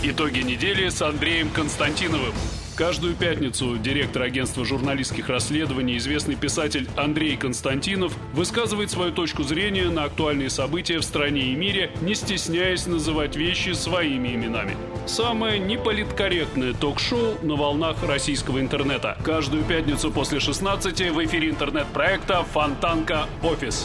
Итоги недели с Андреем Константиновым. Каждую пятницу директор агентства журналистских расследований, известный писатель Андрей Константинов, высказывает свою точку зрения на актуальные события в стране и мире, не стесняясь называть вещи своими именами. Самое неполиткорректное ток-шоу на волнах российского интернета. Каждую пятницу после 16 в эфире интернет-проекта «Фонтанка Офис».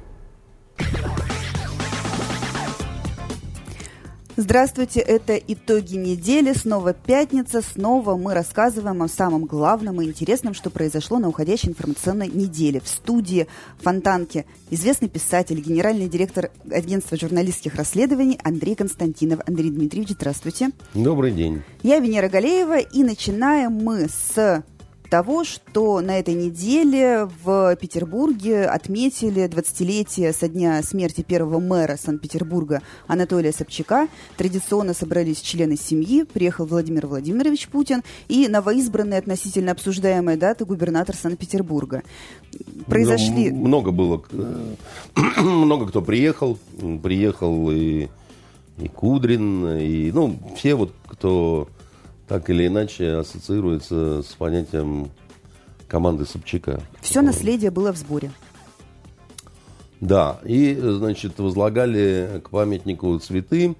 Здравствуйте, это «Итоги недели». Снова пятница, снова мы рассказываем о самом главном и интересном, что произошло на уходящей информационной неделе. В студии «Фонтанки» известный писатель, генеральный директор агентства журналистских расследований Андрей Константинов. Андрей Дмитриевич, здравствуйте. Добрый день. Я Венера Галеева, и начинаем мы с того, что на этой неделе в Петербурге отметили 20-летие со дня смерти первого мэра Санкт-Петербурга Анатолия Собчака. Традиционно собрались члены семьи, приехал Владимир Владимирович Путин и новоизбранный относительно обсуждаемая дата губернатор Санкт-Петербурга. Произошли... Много было, много кто приехал. Приехал и Кудрин, и все вот, кто... так или иначе ассоциируется с понятием команды Собчака. Все наследие было в сборе. Да, и, возлагали к памятнику цветы.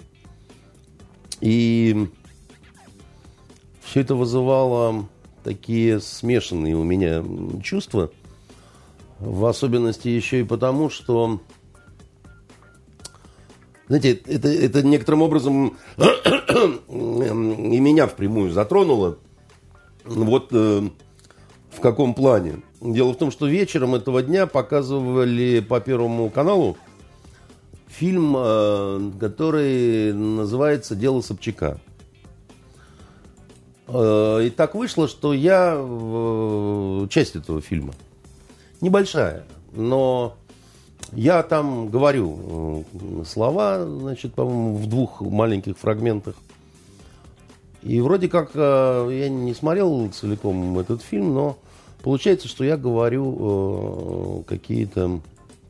И все это вызывало такие смешанные у меня чувства. В особенности еще и потому, что... Знаете, это некоторым образом и меня впрямую затронуло. Вот в каком плане. Дело в том, что вечером этого дня показывали по Первому каналу фильм, который называется «Дело Собчака». И так вышло, что я часть этого фильма. Небольшая, но... Я там говорю слова, по-моему, в двух маленьких фрагментах. И вроде как я не смотрел целиком этот фильм, но получается, что я говорю какие-то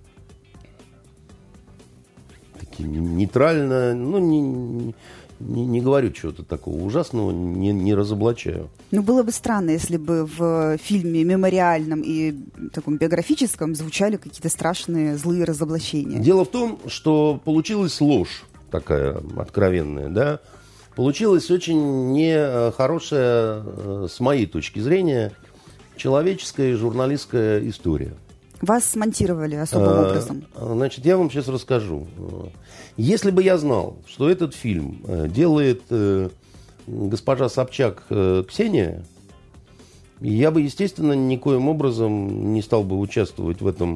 такие нейтрально, не говорю чего-то такого ужасного, не разоблачаю. Было бы странно, если бы в фильме мемориальном и таком биографическом звучали какие-то страшные злые разоблачения. Дело в том, что получилась ложь такая откровенная, да. Получилась очень нехорошая, с моей точки зрения, человеческая и журналистская история. Вас смонтировали особым образом. Я вам сейчас расскажу. Если бы я знал, что этот фильм делает госпожа Собчак Ксения, я бы, естественно, никоим образом не стал бы участвовать в этом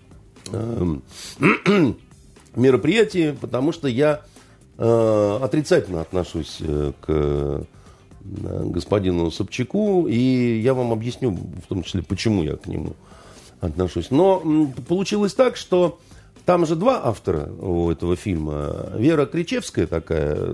мероприятии, потому что я отрицательно отношусь к господину Собчаку, и я вам объясню, в том числе, почему я к нему отношусь. Но получилось так, что там же два автора у этого фильма. Вера Кричевская такая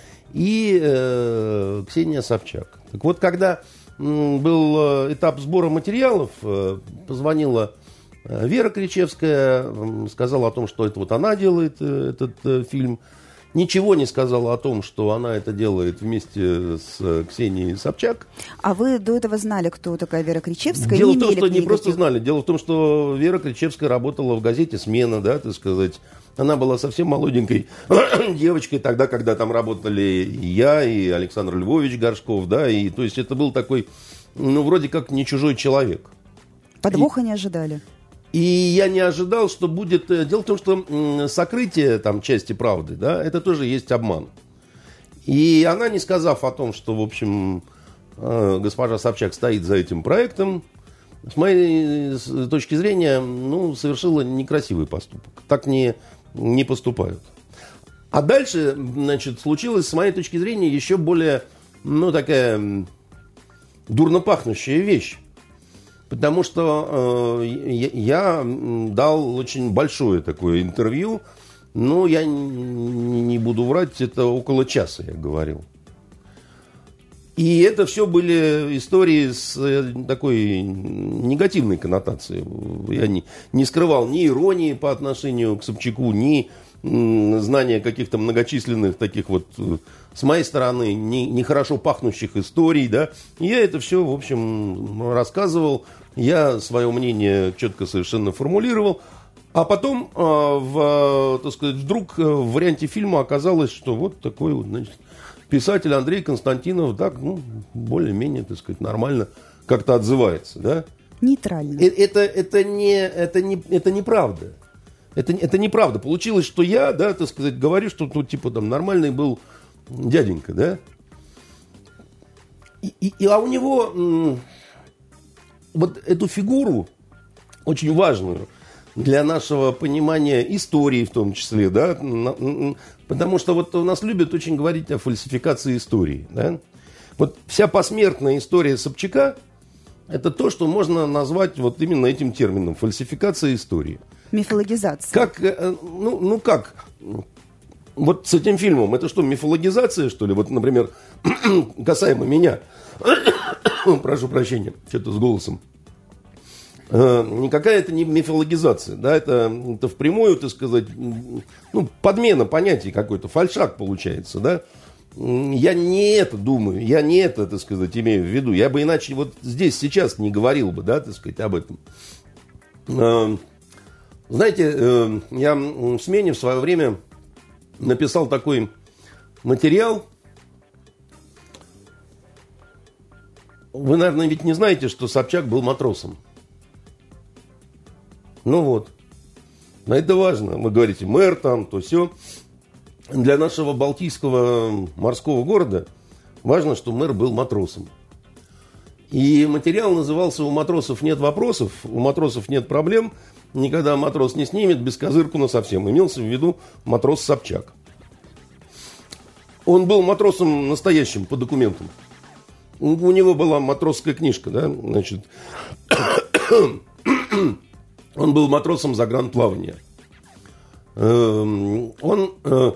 и Ксения Собчак. Так вот, когда был этап сбора материалов, позвонила Вера Кричевская, сказала о том, что это вот она делает этот фильм. Ничего не сказала о том, что она это делает вместе с Ксенией Собчак. А вы до этого знали, кто такая Вера Кричевская? Дело в том, что не просто знали. Дело в том, что Вера Кричевская работала в газете «Смена», да, так сказать. Она была совсем молоденькой девочкой тогда, когда там работали и я, и Александр Львович Горшков, да, и то есть это был такой, вроде как не чужой человек. Подвоха не ожидали. И я не ожидал, что будет... Дело в том, что сокрытие там части правды, да, это тоже есть обман. И она, не сказав о том, что, в общем, госпожа Собчак стоит за этим проектом, с моей точки зрения, совершила некрасивый поступок. Так не поступают. А дальше, случилась, с моей точки зрения, еще более, такая дурно пахнущая вещь. Потому что я дал очень большое такое интервью. Я не буду врать, это около часа я говорил. И это все были истории с такой негативной коннотацией. Я не скрывал ни иронии по отношению к Собчаку, ни знание каких-то многочисленных таких вот, с моей стороны, нехорошо пахнущих историй, да. И я это все, в общем, рассказывал, я свое мнение четко совершенно формулировал. А потом, так сказать, вдруг в варианте фильма оказалось, что вот такой вот, значит, писатель Андрей Константинов, так, ну, более-менее, так сказать, нормально как-то отзывается, да? Нейтрально. Это неправда. Это неправда. Получилось, что я, да, так сказать, говорю, что, ну, типа, там, нормальный был дяденька, да? А у него вот эту фигуру, очень важную, для нашего понимания истории в том числе, да, потому что вот у нас любят очень говорить о фальсификации истории, да. Вот вся посмертная история Собчака – это то, что можно назвать вот именно этим термином – фальсификация истории. Мифологизация. Как, ну как, вот с этим фильмом, это что, мифологизация, что ли? Вот, например, касаемо меня, прошу прощения, что-то с голосом. Никакая это не мифологизация, да, это впрямую, так сказать, ну, подмена понятий какой-то, фальшак получается, да. Я не это думаю, я не это, так сказать, имею в виду. Я бы иначе вот здесь сейчас не говорил бы, да, так сказать, об этом. Знаете, я в смене в свое время написал такой материал. Вы, наверное, ведь не знаете, что Собчак был матросом. Ну вот. Но это важно. Вы говорите, мэр там, то сё. Для нашего балтийского морского города важно, что мэр был матросом. И материал назывался «У матросов нет вопросов, у матросов нет проблем, никогда матрос не снимет бескозырку насовсем». Имелся в виду матрос Собчак. Он был матросом настоящим, по документам. У него была матросская книжка, да, значит... Он был матросом загранплавания. Он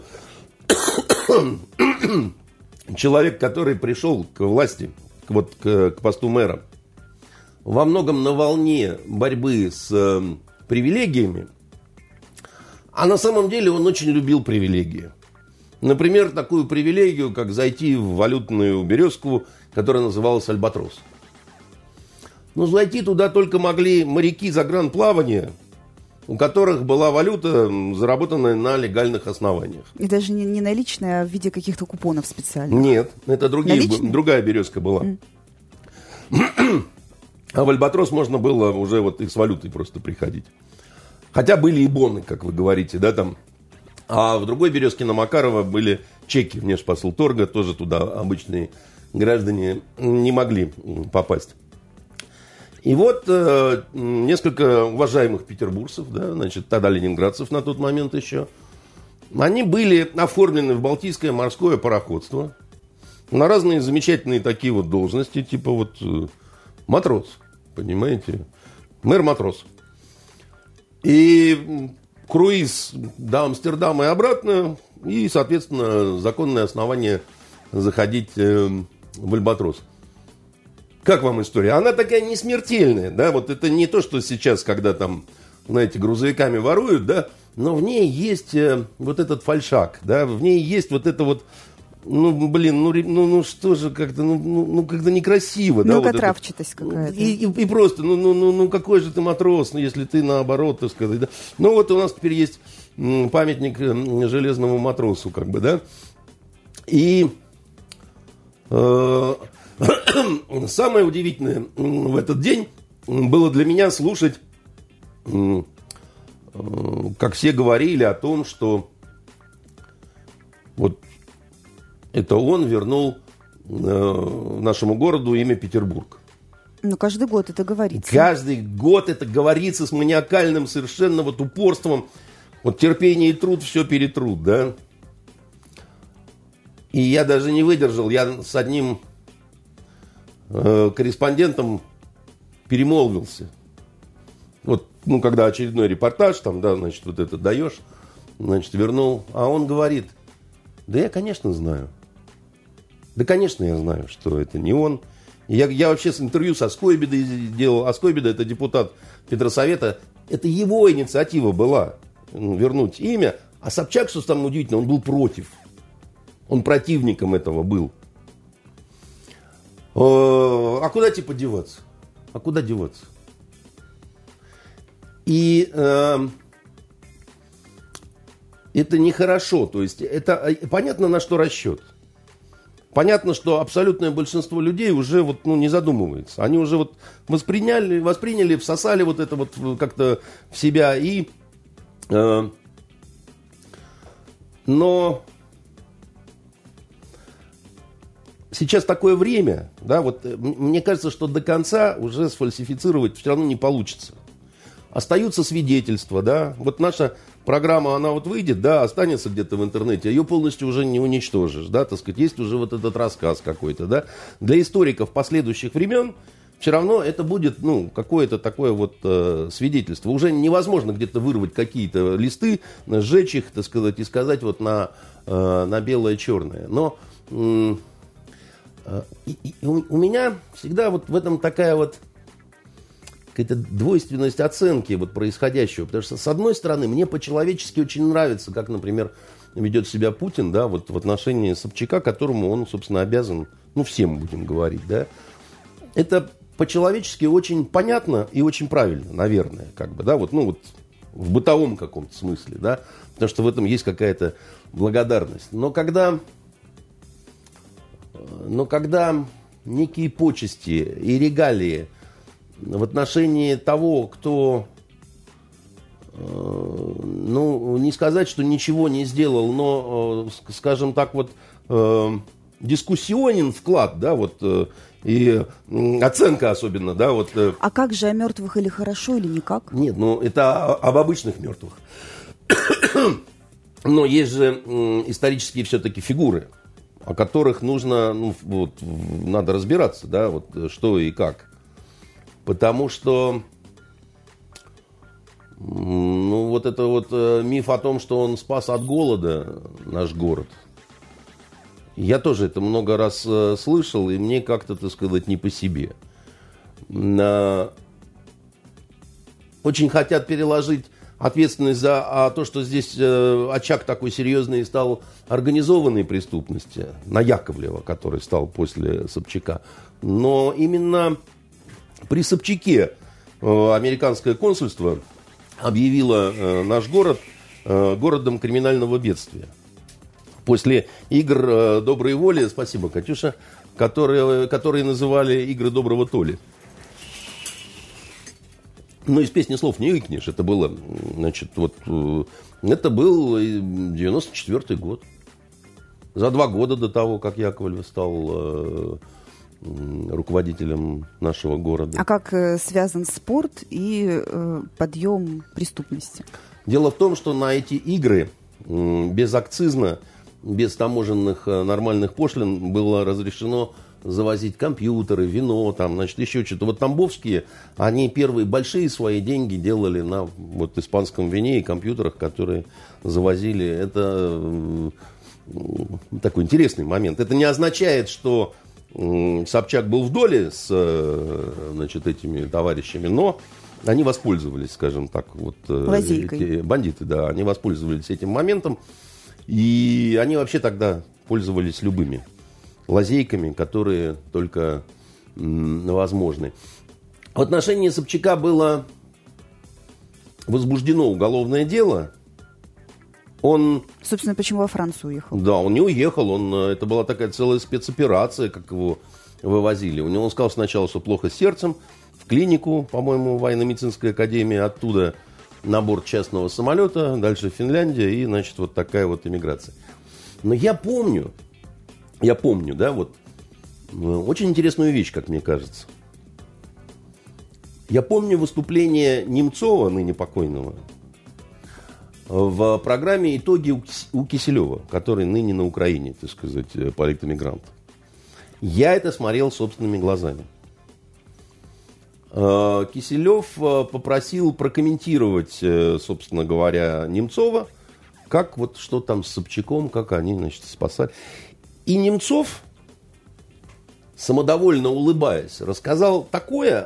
человек, который пришел к власти, вот к посту мэра, во многом на волне борьбы с привилегиями, а на самом деле он очень любил привилегии. Например, такую привилегию, как зайти в валютную березку, которая называлась «Альбатрос». Но зайти туда только могли моряки загранплавания, у которых была валюта, заработанная на легальных основаниях. И даже не наличная, а в виде каких-то купонов специальных? Нет, это другая березка была. А в Альбатрос можно было уже вот и с валютой просто приходить. Хотя были и боны, как вы говорите, да, там. А в другой березке на Макарова были чеки внешпосылторга, тоже туда обычные граждане не могли попасть. И вот несколько уважаемых петербуржцев, да, значит, тогда ленинградцев на тот момент еще, они были оформлены в Балтийское морское пароходство на разные замечательные такие вот должности, типа вот матрос, понимаете, мэр-матрос. И круиз до Амстердама и обратно, и, соответственно, законное основание заходить в Альбатрос. Как вам история? Она такая не смертельная, да, вот это не то, что сейчас, когда там, знаете, грузовиками воруют, да, но в ней есть вот этот фальшак, да, в ней есть вот это вот, ну, блин, ну что же, как-то, ну как-то некрасиво, да. Многотравчатость вот какая-то. И просто, ну какой же ты матрос, если ты наоборот, так сказать, да. Ну вот у нас теперь есть памятник железному матросу, как бы, да, и... Самое удивительное в этот день было для меня слушать, как все говорили о том, что вот это он вернул нашему городу имя Петербург. Ну, каждый год это говорится. Каждый год это говорится с маниакальным совершенно вот упорством. Вот терпение и труд все перетрут, да. И я даже не выдержал, я с одним... корреспондентом перемолвился. Вот, ну, когда очередной репортаж, там, да, значит, вот это даешь, значит, вернул. А он говорит, да я, конечно, знаю. Да, конечно, я знаю, что это не он. И я вообще с интервью со Скойбедой делал. А Скойбеда, это депутат Петросовета. Это его инициатива была вернуть имя. А Собчак, что самое удивительное, он был против. Он противником этого был. А куда типа деваться? А куда деваться? И это нехорошо. То есть это понятно, на что расчет. Понятно, что абсолютное большинство людей уже вот, не задумывается. Они уже вот восприняли, всосали вот это вот как-то в себя. Но сейчас такое время, да, вот мне кажется, что до конца уже сфальсифицировать все равно не получится. Остаются свидетельства, да. Вот наша программа, она вот выйдет, да, останется где-то в интернете, ее полностью уже не уничтожишь, да, так сказать, есть уже вот этот рассказ какой-то, да. Для историков последующих времен все равно это будет, какое-то такое вот свидетельство. Уже невозможно где-то вырвать какие-то листы, сжечь их, так сказать, и сказать вот на белое-черное. Но у меня всегда вот в этом такая вот какая-то двойственность оценки вот происходящего. Потому что, с одной стороны, мне по-человечески очень нравится, как, например, ведет себя Путин, да, вот в отношении Собчака, которому он, собственно, обязан, всем будем говорить, да. Это по-человечески очень понятно и очень правильно, наверное, как бы, да, вот в бытовом каком-то смысле, да, потому что в этом есть какая-то благодарность. Но когда некие почести и регалии в отношении того, кто, не сказать, что ничего не сделал, но, скажем так, вот дискуссионен вклад, да, вот, и оценка особенно, да, вот. А как же о мертвых или хорошо, или никак? Нет, это об обычных мертвых. Но есть же исторические все-таки фигуры, о которых нужно, надо разбираться, да, вот что и как. Потому что, вот это вот миф о том, что он спас от голода наш город, я тоже это много раз слышал, и мне как-то, так сказать, не по себе. Очень хотят переложить ответственность за то, что здесь очаг такой серьезный стал организованной преступности, на Яковлева, который стал после Собчака. Но именно при Собчаке американское консульство объявило наш город городом криминального бедствия. После игр доброй воли, спасибо, Катюша, которые называли игры доброго Толи. Из песни слов не выкинешь. Это было, это был 94-й год. За 2 года до того, как Яковлев стал руководителем нашего города. А как связан спорт и подъем преступности? Дело в том, что на эти игры безакцизно, без таможенных нормальных пошлин было разрешено завозить компьютеры, вино, еще что-то. Вот тамбовские, они первые большие свои деньги делали на испанском вине и компьютерах, которые завозили. Это такой интересный момент. Это не означает, что Собчак был в доле с этими товарищами, но они воспользовались, скажем так, лазейкой. Эти бандиты, да, они воспользовались этим моментом, и они вообще тогда пользовались любыми лазейками, которые только возможны. В отношении Собчака было возбуждено уголовное дело. Он... Собственно, почему во Францию уехал? Да, он не уехал. Это была такая целая спецоперация, как его вывозили. Он сказал сначала, что плохо с сердцем, в клинику, по-моему, военно-медицинской академии, оттуда на борт частного самолета, дальше Финляндия, и, вот такая вот эмиграция. Но я помню, да, очень интересную вещь, как мне кажется. Я помню выступление Немцова, ныне покойного, в программе «Итоги» у Киселева, который ныне на Украине, так сказать, политэмигрант. Я это смотрел собственными глазами. Киселев попросил прокомментировать, собственно говоря, Немцова, как что там с Собчаком, как они, спасали. И Немцов самодовольно улыбаясь, рассказал такое,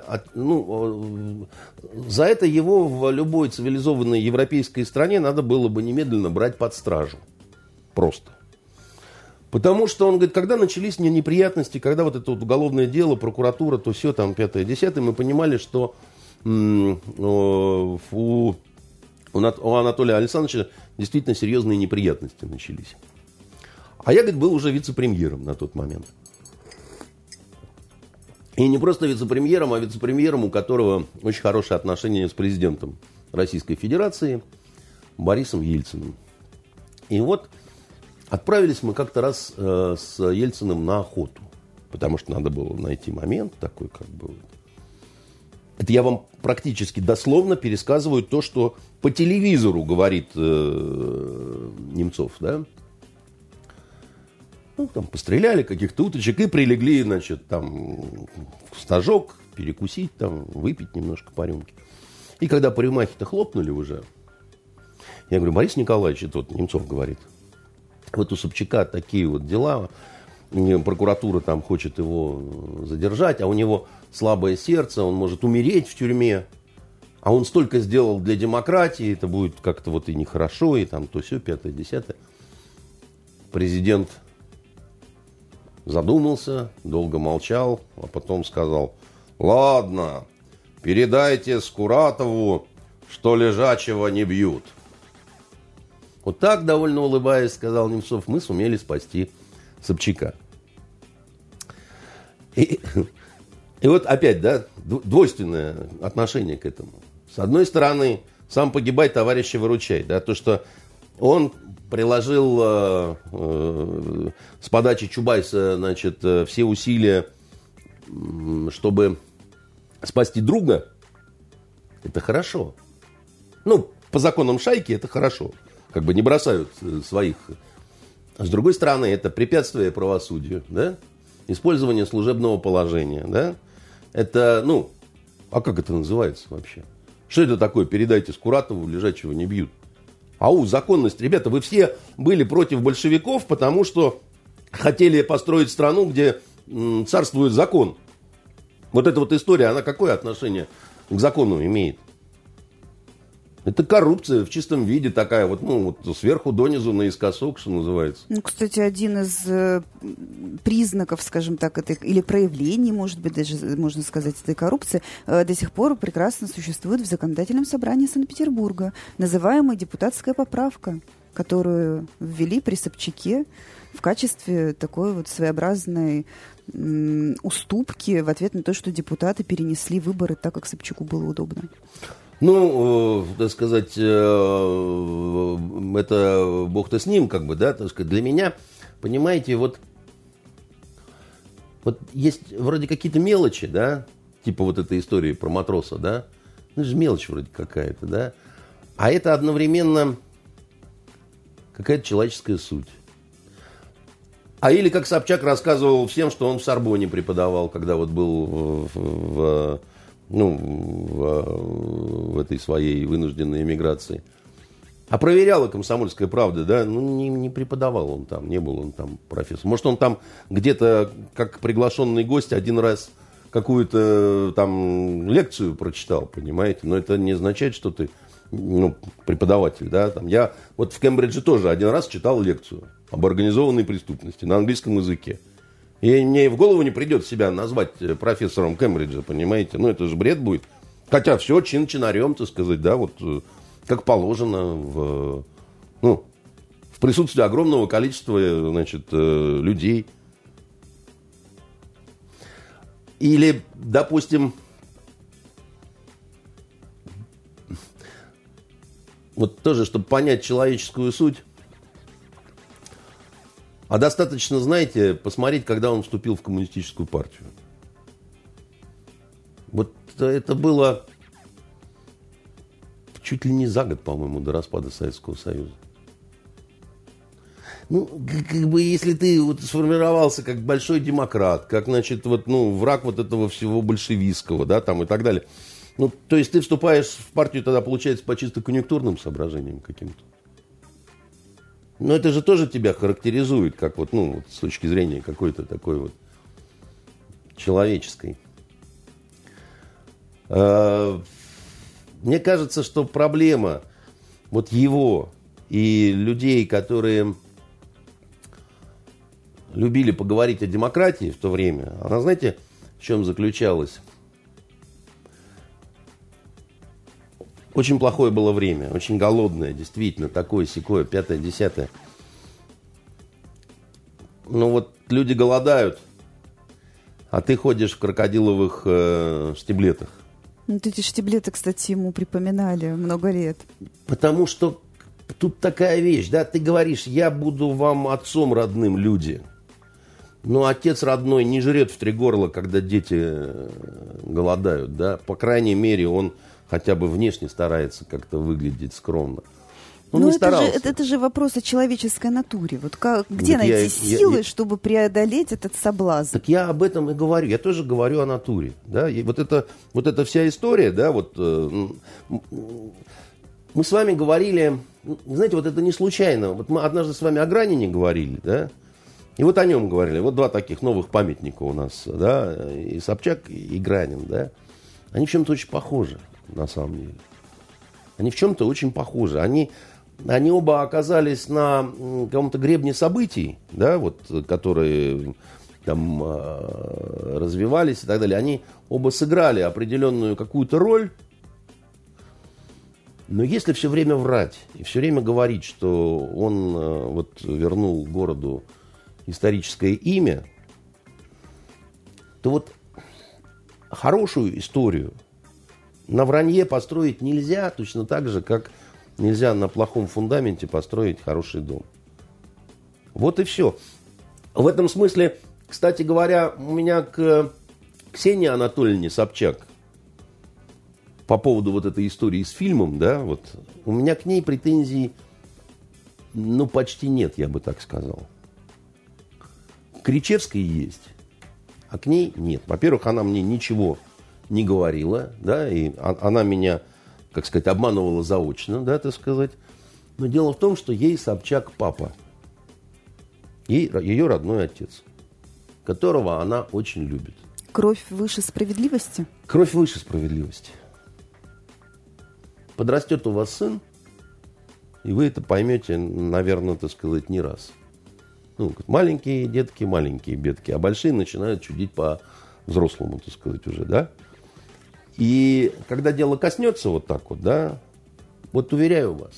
за это его в любой цивилизованной европейской стране надо было бы немедленно брать под стражу. Просто. Потому что он говорит, когда начались неприятности, когда вот это вот уголовное дело, прокуратура, то все, там, 5-10, мы понимали, что у Анатолия Александровича действительно серьезные неприятности начались. А я, говорит, был уже вице-премьером на тот момент. И не просто вице-премьером, а вице-премьером, у которого очень хорошие отношения с президентом Российской Федерации Борисом Ельциным. И вот отправились мы как-то раз с Ельциным на охоту. Потому что надо было найти момент такой, как бы. Это я вам практически дословно пересказываю то, что по телевизору говорит Немцов, да? Ну, там постреляли каких-то уточек и прилегли, значит, там, в стажок, перекусить, там, выпить немножко по рюмке. И когда по рюмахе-то хлопнули уже, я говорю, Борис Николаевич, это вот Немцов говорит, вот у Собчака такие вот дела, прокуратура там хочет его задержать, а у него слабое сердце, он может умереть в тюрьме, а он столько сделал для демократии, это будет как-то вот и нехорошо, и там то сё, 5-10. Президент задумался, долго молчал, а потом сказал, ладно, передайте Скуратову, что лежачего не бьют. Вот так, довольно улыбаясь, сказал Немцов, мы сумели спасти Собчака. И вот опять, да, двойственное отношение к этому. С одной стороны, сам погибай, товарища выручай, да, то, что он приложил с подачи Чубайса, значит, все усилия, чтобы спасти друга, это хорошо. Ну, по законам шайки это хорошо. Как бы не бросают своих. А с другой стороны, это препятствие правосудию, да? Использование служебного положения, да? Это, ну, а как это называется вообще? Что это такое? Передайте Скуратову, лежачего не бьют. Законность. Ребята, вы все были против большевиков, потому что хотели построить страну, где царствует закон. Вот эта вот история, она какое отношение к закону имеет? Это коррупция в чистом виде такая, вот, ну, вот сверху донизу, наискосок, что называется. Ну, кстати, один из признаков, скажем так, этой, или проявлений, может быть, даже можно сказать, этой коррупции, до сих пор прекрасно существует в законодательном собрании Санкт-Петербурга, называемая депутатская поправка, которую ввели при Собчаке в качестве такой вот своеобразной уступки в ответ на то, что депутаты перенесли выборы так, как Собчаку было удобно. Ну, так сказать, это бог-то с ним, как бы, да, так сказать. Для меня, понимаете, вот есть вроде какие-то мелочи, да, типа вот этой истории про матроса, да, ну, это же мелочь вроде какая-то, да, а это одновременно какая-то человеческая суть. А или как Собчак рассказывал всем, что он в Сорбоне преподавал, когда вот был в этой своей вынужденной эмиграции. А проверяла «Комсомольская правда», да, ну, не преподавал он там, не был он там профессор. Может, он там где-то, как приглашенный гость, один раз какую-то там лекцию прочитал, понимаете, но это не означает, что ты, ну, преподаватель, да, там. Я вот в Кембридже тоже один раз читал лекцию об организованной преступности на английском языке. И мне в голову не придет себя назвать профессором Кембриджа, понимаете? Ну, это же бред будет. Хотя все чин-чинарем, так сказать, да, вот как положено в присутствии огромного количества, значит, людей. Или, допустим, вот тоже, чтобы понять человеческую суть, а достаточно, знаете, посмотреть, когда он вступил в коммунистическую партию. Вот это было чуть ли не за год, по-моему, до распада Советского Союза. Ну, как бы, если ты вот сформировался как большой демократ, как, значит, вот, ну, враг вот этого всего большевистского, да, там и так далее. Ну, то есть ты вступаешь в партию тогда, получается, по чисто конъюнктурным соображениям каким-то. Но это же тоже тебя характеризует, как вот, ну, с точки зрения какой-то такой вот человеческой. Мне кажется, что проблема вот его и людей, которые любили поговорить о демократии в то время, она, знаете, в чем заключалась? Очень плохое было время, очень голодное, действительно, такое-сякое, 5-10. Ну вот люди голодают, а ты ходишь в крокодиловых штиблетах. Вот эти штиблеты, кстати, ему припоминали много лет. Потому что тут такая вещь, да, ты говоришь, я буду вам отцом родным, люди. Но отец родной не жрет в три горла, когда дети голодают, да. По крайней мере, он хотя бы внешне старается как-то выглядеть скромно. Он не старался. Это же вопрос о человеческой натуре. Вот где найти силы, чтобы преодолеть этот соблазн? Так я об этом и говорю. Я тоже говорю о натуре. Да? И вот эта вся история, да, вот мы с вами говорили, знаете, вот это не случайно. Вот мы однажды с вами о Гранине говорили, да, и вот о нем говорили. Вот два таких новых памятника у нас, да, и Собчак, и Гранин, да. Они в чем-то очень похожи, на самом деле. Они в чем-то очень похожи. Они оба оказались на каком-то гребне событий, да, вот, которые там развивались и так далее. Они оба сыграли определенную какую-то роль. Но если все время врать и все время говорить, что он вот вернул городу историческое имя, то вот хорошую историю на вранье построить нельзя, точно так же, как нельзя на плохом фундаменте построить хороший дом. Вот и все. В этом смысле, кстати говоря, у меня к Ксении Анатольевне Собчак по поводу вот этой истории с фильмом, да, вот, у меня к ней претензий, ну, почти нет, я бы так сказал. К Кричевской есть, а к ней нет. Во-первых, она мне ничего не говорила, да, и она меня, как сказать, обманывала заочно, да, так сказать. Но дело в том, что ей Собчак папа, ее родной отец, которого она очень любит. Кровь выше справедливости? Кровь выше справедливости. Подрастет у вас сын, и вы это поймете, наверное, так сказать, не раз. Ну, маленькие детки, маленькие бедки, а большие начинают чудить по-взрослому, так сказать, уже, да? И когда дело коснется вот так вот, да, вот уверяю вас.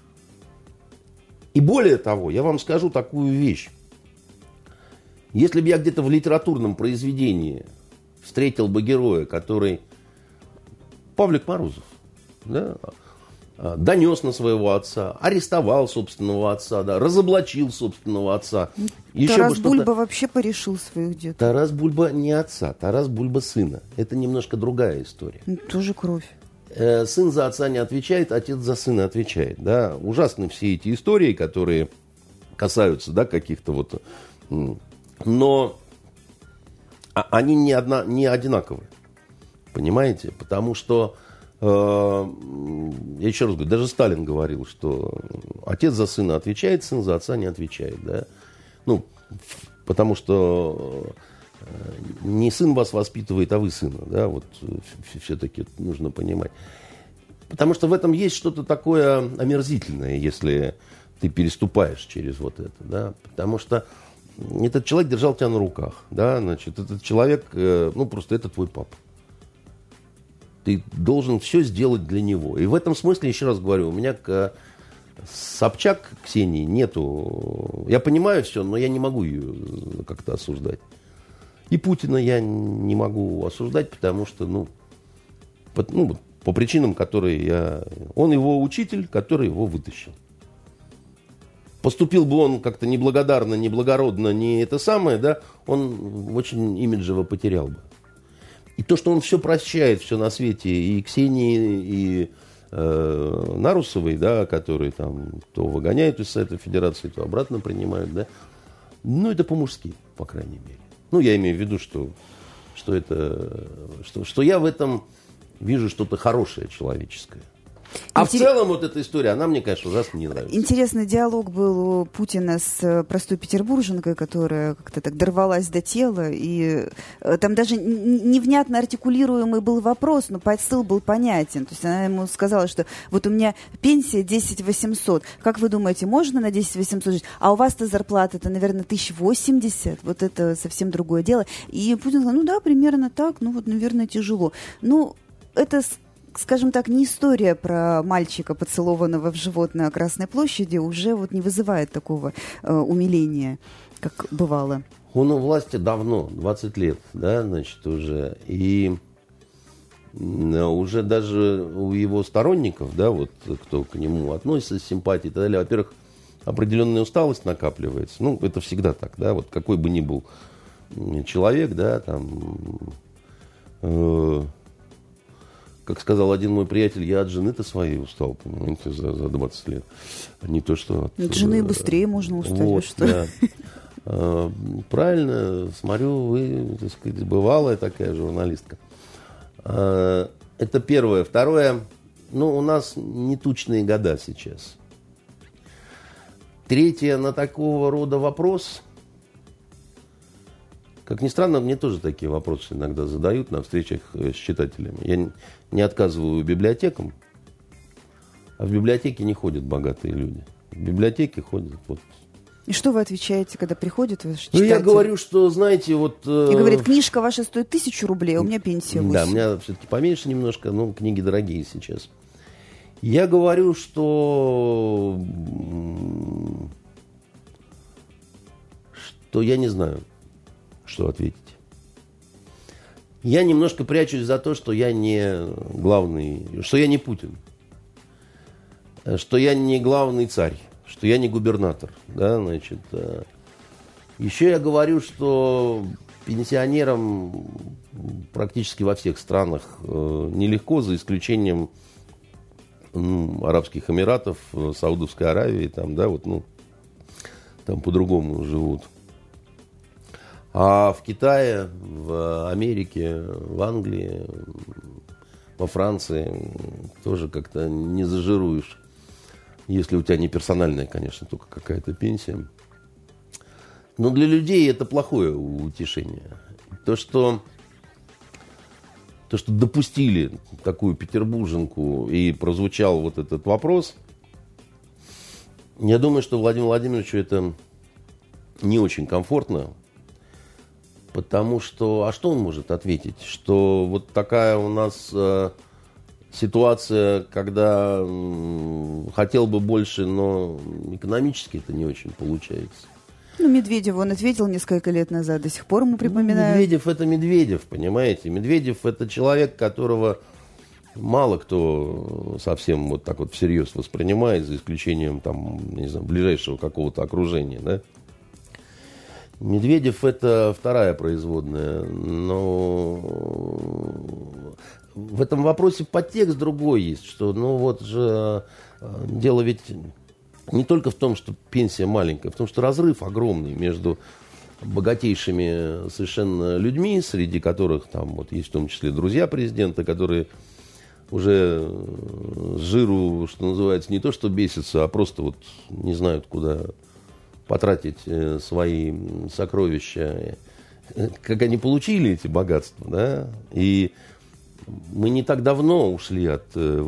И более того, я вам скажу такую вещь. Если бы я где-то в литературном произведении встретил бы героя, который Павлик Морозов, да, донес на своего отца, арестовал собственного отца, да, разоблачил собственного отца. Тарас Бульба вообще порешил своих деток. Тарас Бульба не отца, Тарас Бульба сына. Это немножко другая история. Тоже кровь. Сын за отца не отвечает, отец за сына отвечает. Да. Ужасны все эти истории, которые касаются, да, каких-то вот... Но они не одинаковые. Понимаете? Потому что я еще раз говорю, даже Сталин говорил, что отец за сына отвечает, сын за отца не отвечает. Да? Ну, потому что не сын вас воспитывает, а вы сына. Да? Вот все-таки нужно понимать. Потому что в этом есть что-то такое омерзительное, если ты переступаешь через вот это. Да? Потому что этот человек держал тебя на руках. Да? Значит, этот человек, ну, просто это твой папа. Ты должен все сделать для него. И в этом смысле, еще раз говорю, у меня к Собчак Ксении нету... Я понимаю все, но я не могу ее как-то осуждать. И Путина я не могу осуждать, потому что, по причинам, которые я... Он его учитель, который его вытащил. Поступил бы он как-то неблагодарно, неблагородно, не это самое, да, он очень имиджево потерял бы. И то, что он все прощает, все на свете, и Ксении, и Нарусовой, да, которые там то выгоняют из Совета Федерации, то обратно принимают, да, ну, это по-мужски, по крайней мере. Ну, я имею в виду, что я в этом вижу что-то хорошее, человеческое. А в целом вот эта история, она мне, конечно, ужасно не нравится. Интересный диалог был у Путина с простой петербурженкой, которая как-то так дорвалась до тела, и там даже невнятно артикулируемый был вопрос, но посыл был понятен. То есть она ему сказала, что вот у меня пенсия 10 800. Как вы думаете, можно на 10 800 жить? А у вас-то зарплата-то, наверное, 1080. Вот это совсем другое дело. И Путин сказал, ну да, примерно так, ну вот, наверное, тяжело. Ну, это, скажем так, не история про мальчика, поцелованного в живот на Красной площади, уже вот не вызывает такого умиления, как бывало. Он у власти давно, 20 лет, да, значит, уже. И уже даже у его сторонников, да, вот кто к нему относится с симпатией и так далее, во-первых, определенная усталость накапливается. Ну, это всегда так, да, вот какой бы ни был человек, да, там... Как сказал один мой приятель, я от жены-то своей устал, понимаете, за 20 лет. Не то, что... От жены быстрее можно устать, вот, что да. Правильно, смотрю, вы, так сказать, бывалая такая журналистка. Это первое. Второе, ну, у нас не тучные года сейчас. Третье, на такого рода вопрос... Как ни странно, мне тоже такие вопросы иногда задают на встречах с читателями. Я не отказываю библиотекам, а в библиотеке не ходят богатые люди. В библиотеке ходят вот... И что вы отвечаете, когда приходят ваши читатели? Ну, я говорю, что, знаете, вот... И говорит, книжка ваша стоит 1000 рублей, а у меня пенсия 8. Да, у меня все-таки поменьше немножко, но книги дорогие сейчас. Я говорю, что я не знаю, что ответить. Я немножко прячусь за то, что я не главный, что я не Путин, что я не главный царь, что я не губернатор. Да, значит. Еще я говорю, что пенсионерам практически во всех странах нелегко, за исключением Арабских Эмиратов, Саудовской Аравии, там, да, вот, ну, там по-другому живут. А в Китае, в Америке, в Англии, во Франции тоже как-то не зажируешь. Если у тебя не персональная, конечно, только какая-то пенсия. Но для людей это плохое утешение. То, что допустили такую петербурженку и прозвучал вот этот вопрос, я думаю, что Владимиру Владимировичу это не очень комфортно. Потому что, а что он может ответить? Что вот такая у нас ситуация, когда хотел бы больше, но экономически это не очень получается. Ну, Медведеву он ответил несколько лет назад, до сих пор ему припоминают. Медведев это Медведев, понимаете? Медведев это человек, которого мало кто совсем вот так вот всерьез воспринимает, за исключением там, не знаю, ближайшего какого-то окружения, да? Медведев это вторая производная, но в этом вопросе подтекст другой есть, что, ну вот же дело ведь не только в том, что пенсия маленькая, в том, что разрыв огромный между богатейшими совершенно людьми, среди которых там вот есть в том числе друзья президента, которые уже с жиру, что называется, не то что бесятся, а просто вот не знают, куда потратить свои сокровища, как они получили эти богатства, да, и мы не так давно ушли от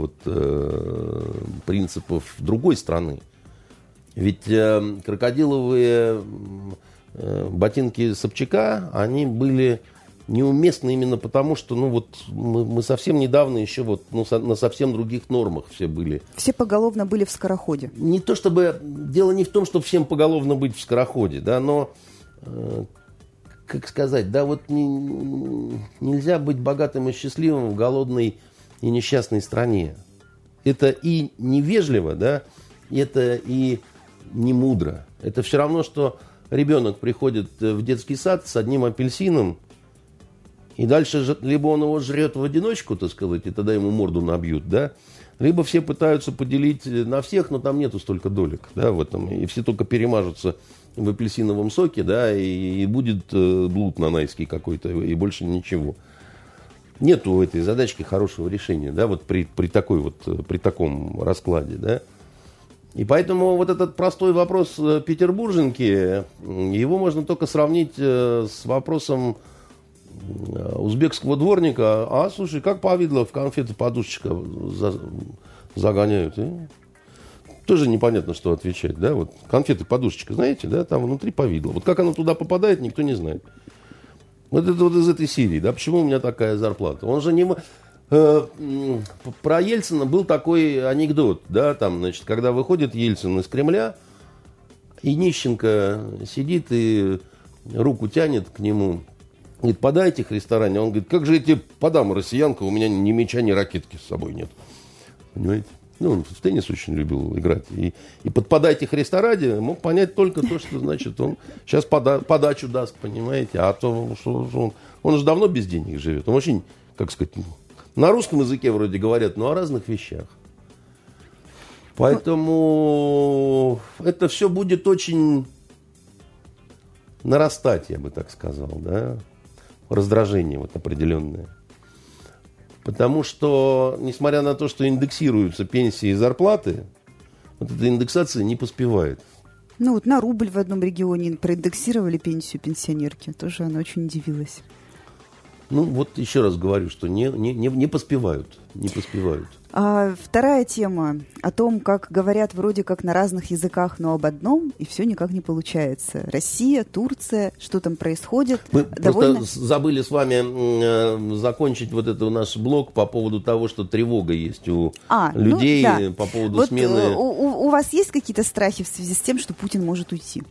принципов другой страны. Ведь крокодиловые ботинки Собчака, они были неуместны именно потому, что ну, вот, мы совсем недавно еще вот, ну, на совсем других нормах все были. Все поголовно были в скороходе. Не то чтобы... Дело не в том, что всем поголовно быть в скороходе, да, но, как сказать, да, вот нельзя быть богатым и счастливым в голодной и несчастной стране. Это и невежливо, да, это и не мудро. Это все равно, что ребенок приходит в детский сад с одним апельсином, и дальше либо он его жрет в одиночку, так сказать, и тогда ему морду набьют, да, либо все пытаются поделить на всех, но там нету столько долек, да, в этом, и все только перемажутся в апельсиновом соке, да, и будет блуд нанайский какой-то, и больше ничего. нету у этой задачки хорошего решения, да, вот при таком раскладе, да. И поэтому вот этот простой вопрос петербурженки, его можно только сравнить с вопросом узбекского дворника. А, слушай, как повидло в конфеты подушечка загоняют. Тоже непонятно, что отвечать, да. Вот конфеты подушечка, знаете, да, там внутри повидло. Вот как оно туда попадает, никто не знает. Вот это вот из этой серии, да, почему у меня такая зарплата? Он же не... Про Ельцина был такой анекдот, да, там, значит, когда выходит Ельцин из Кремля, и Нищенко сидит и руку тянет к нему, говорит, подайте в ресторане. Он говорит, как же я тебе подам, россиянка, у меня ни мяча, ни ракетки с собой нет. Понимаете? Ну, он в теннис очень любил играть. И под «подайте в ресторане» мог понять только то, что, значит, он сейчас подачу даст, понимаете? А то, что он же давно без денег живет. Он очень, как сказать, на русском языке вроде говорят, но о разных вещах. Поэтому это все будет очень нарастать, я бы так сказал, да? Раздражение вот определенное. Потому что, несмотря на то, что индексируются пенсии и зарплаты, вот эта индексация не поспевает. Ну вот на рубль в одном регионе проиндексировали пенсию пенсионерки. Тоже она очень удивилась. Ну вот еще раз говорю, что не поспевают. Не поспевают. А вторая тема о том, как говорят вроде как на разных языках, но об одном, и все никак не получается. Россия, Турция, что там происходит? Мы просто забыли с вами закончить вот этот наш блог по поводу того, что тревога есть у людей, ну, да, по поводу вот смены. У вас есть какие-то страхи в связи с тем, что Путин может уйти?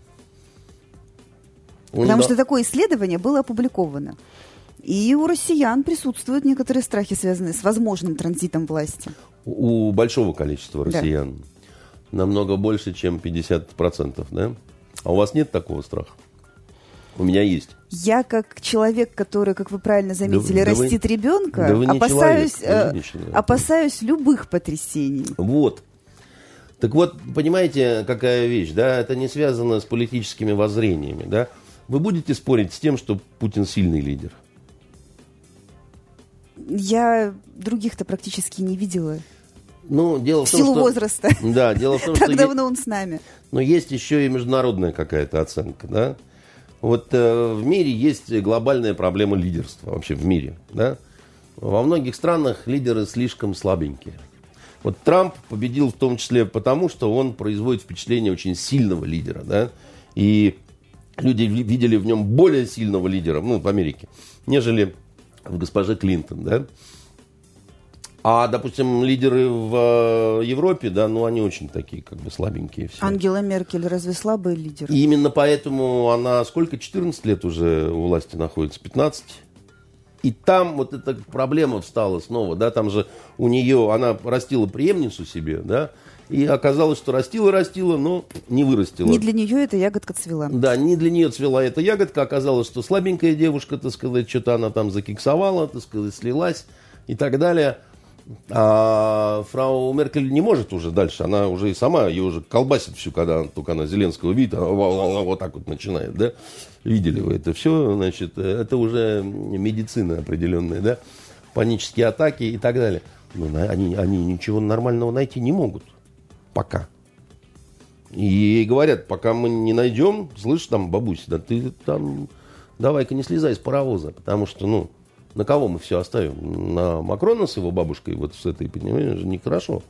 Потому что такое исследование было опубликовано. И у россиян присутствуют некоторые страхи, связанные с возможным транзитом власти. У большого количества россиян. Да. Намного больше, чем 50%, да? А у вас нет такого страха? У меня есть. Я, как человек, который, как вы правильно заметили, растит ребенка, опасаюсь любых потрясений. Вот. Так вот, понимаете, какая вещь, да? Это не связано с политическими воззрениями, да? Вы будете спорить с тем, что Путин сильный лидер? Я других-то практически не видела. Ну, дело в том, силу возраста. Да, дело в том, что... Так давно он с нами. Но есть еще и международная какая-то оценка, да? Вот в мире есть глобальная проблема лидерства вообще в мире, да? Во многих странах лидеры слишком слабенькие. Вот Трамп победил в том числе потому, что он производит впечатление очень сильного лидера, да? И люди видели в нем более сильного лидера, ну, в Америке, нежели в госпоже Клинтон, да. А, допустим, лидеры в Европе, да, ну, они очень такие, как бы, слабенькие все. Ангела Меркель разве слабый лидер? И именно поэтому она сколько, 14 лет уже у власти находится, 15? И там вот эта проблема встала снова, да, там же у нее, она растила преемницу себе, да, и оказалось, что растила, но не вырастила. Не для нее эта ягодка цвела. Да, не для нее цвела эта ягодка. Оказалось, что слабенькая девушка, так сказать, что-то она там закиксовала, так сказать, слилась и так далее. А фрау Меркель не может уже дальше. Она уже и сама, ее уже колбасит всю, когда только она Зеленского видит, вот так вот начинает, да. Видели вы это все, значит, это уже медицина определенная, да. Панические атаки и так далее. Но они ничего нормального найти не могут. Пока. И ей говорят, пока мы не найдем, слышь, там, бабусь, да ты там, давай-ка не слезай с паровоза, потому что, ну, на кого мы все оставим? На Макрона с его бабушкой, вот с этой, понимаешь, нехорошо.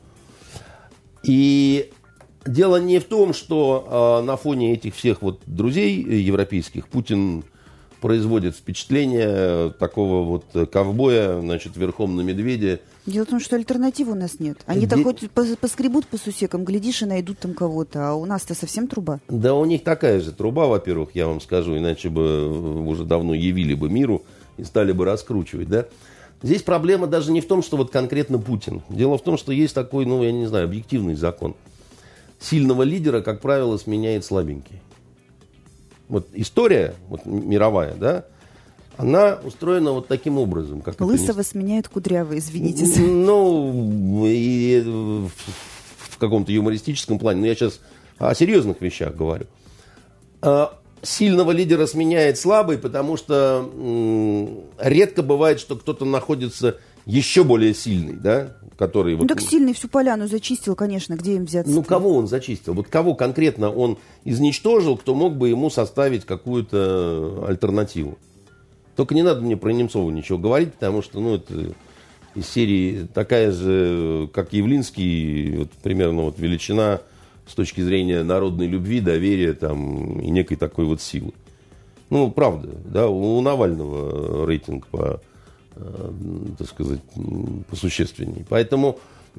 И дело не в том, что на фоне этих всех вот друзей европейских Путин производит впечатление такого вот ковбоя, значит, верхом на медведе. Дело в том, что альтернативы у нас нет. Они-то хоть поскребут по сусекам, глядишь, и найдут там кого-то, а у нас-то совсем труба. Да, у них такая же труба, во-первых, я вам скажу, иначе бы уже давно явили бы миру и стали бы раскручивать, да. Здесь проблема даже не в том, что вот конкретно Путин. Дело в том, что есть такой, ну, я не знаю, объективный закон. Сильного лидера, как правило, сменяет слабенький. Вот история вот, мировая, да, она устроена вот таким образом. Как Лысого сменяют кудрявый, извините. Ну, и в каком-то юмористическом плане. Но я сейчас о серьезных вещах говорю. сильного лидера сменяет слабый, потому что редко бывает, что кто-то находится еще более сильный, да, который... Ну, так сильный всю поляну зачистил, конечно, где им взяться? Ну, кого он зачистил? Вот кого конкретно он изничтожил, кто мог бы ему составить какую-то альтернативу? Только не надо мне про Немцова ничего говорить, потому что, ну, это из серии такая же, как Явлинский, вот, примерно вот величина с точки зрения народной любви, доверия там, и некой такой вот силы. Ну, правда, да, у Навального рейтинг так сказать, посущественней. Поэтому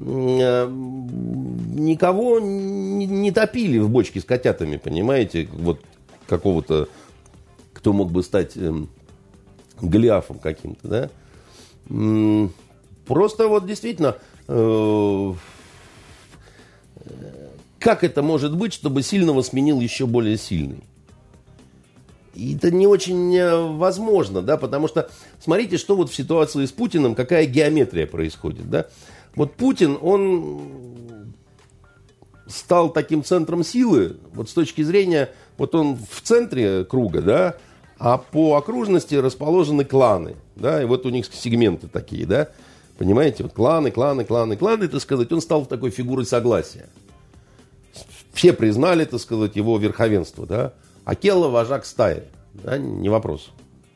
никого не топили в бочке с котятами, понимаете, вот какого-то, кто мог бы стать Голиафом каким-то, да. Просто вот действительно, как это может быть, чтобы сильного сменил еще более сильный? И это не очень возможно, да, потому что смотрите, что вот в ситуации с Путиным, какая геометрия происходит, да. Вот Путин, он стал таким центром силы, вот с точки зрения, вот он в центре круга, да, а по окружности расположены кланы, да, и вот у них сегменты такие, да, понимаете, вот кланы, так сказать, он стал такой фигурой согласия. Все признали, так сказать, его верховенство, да. Акела вожак стаи, да, не вопрос.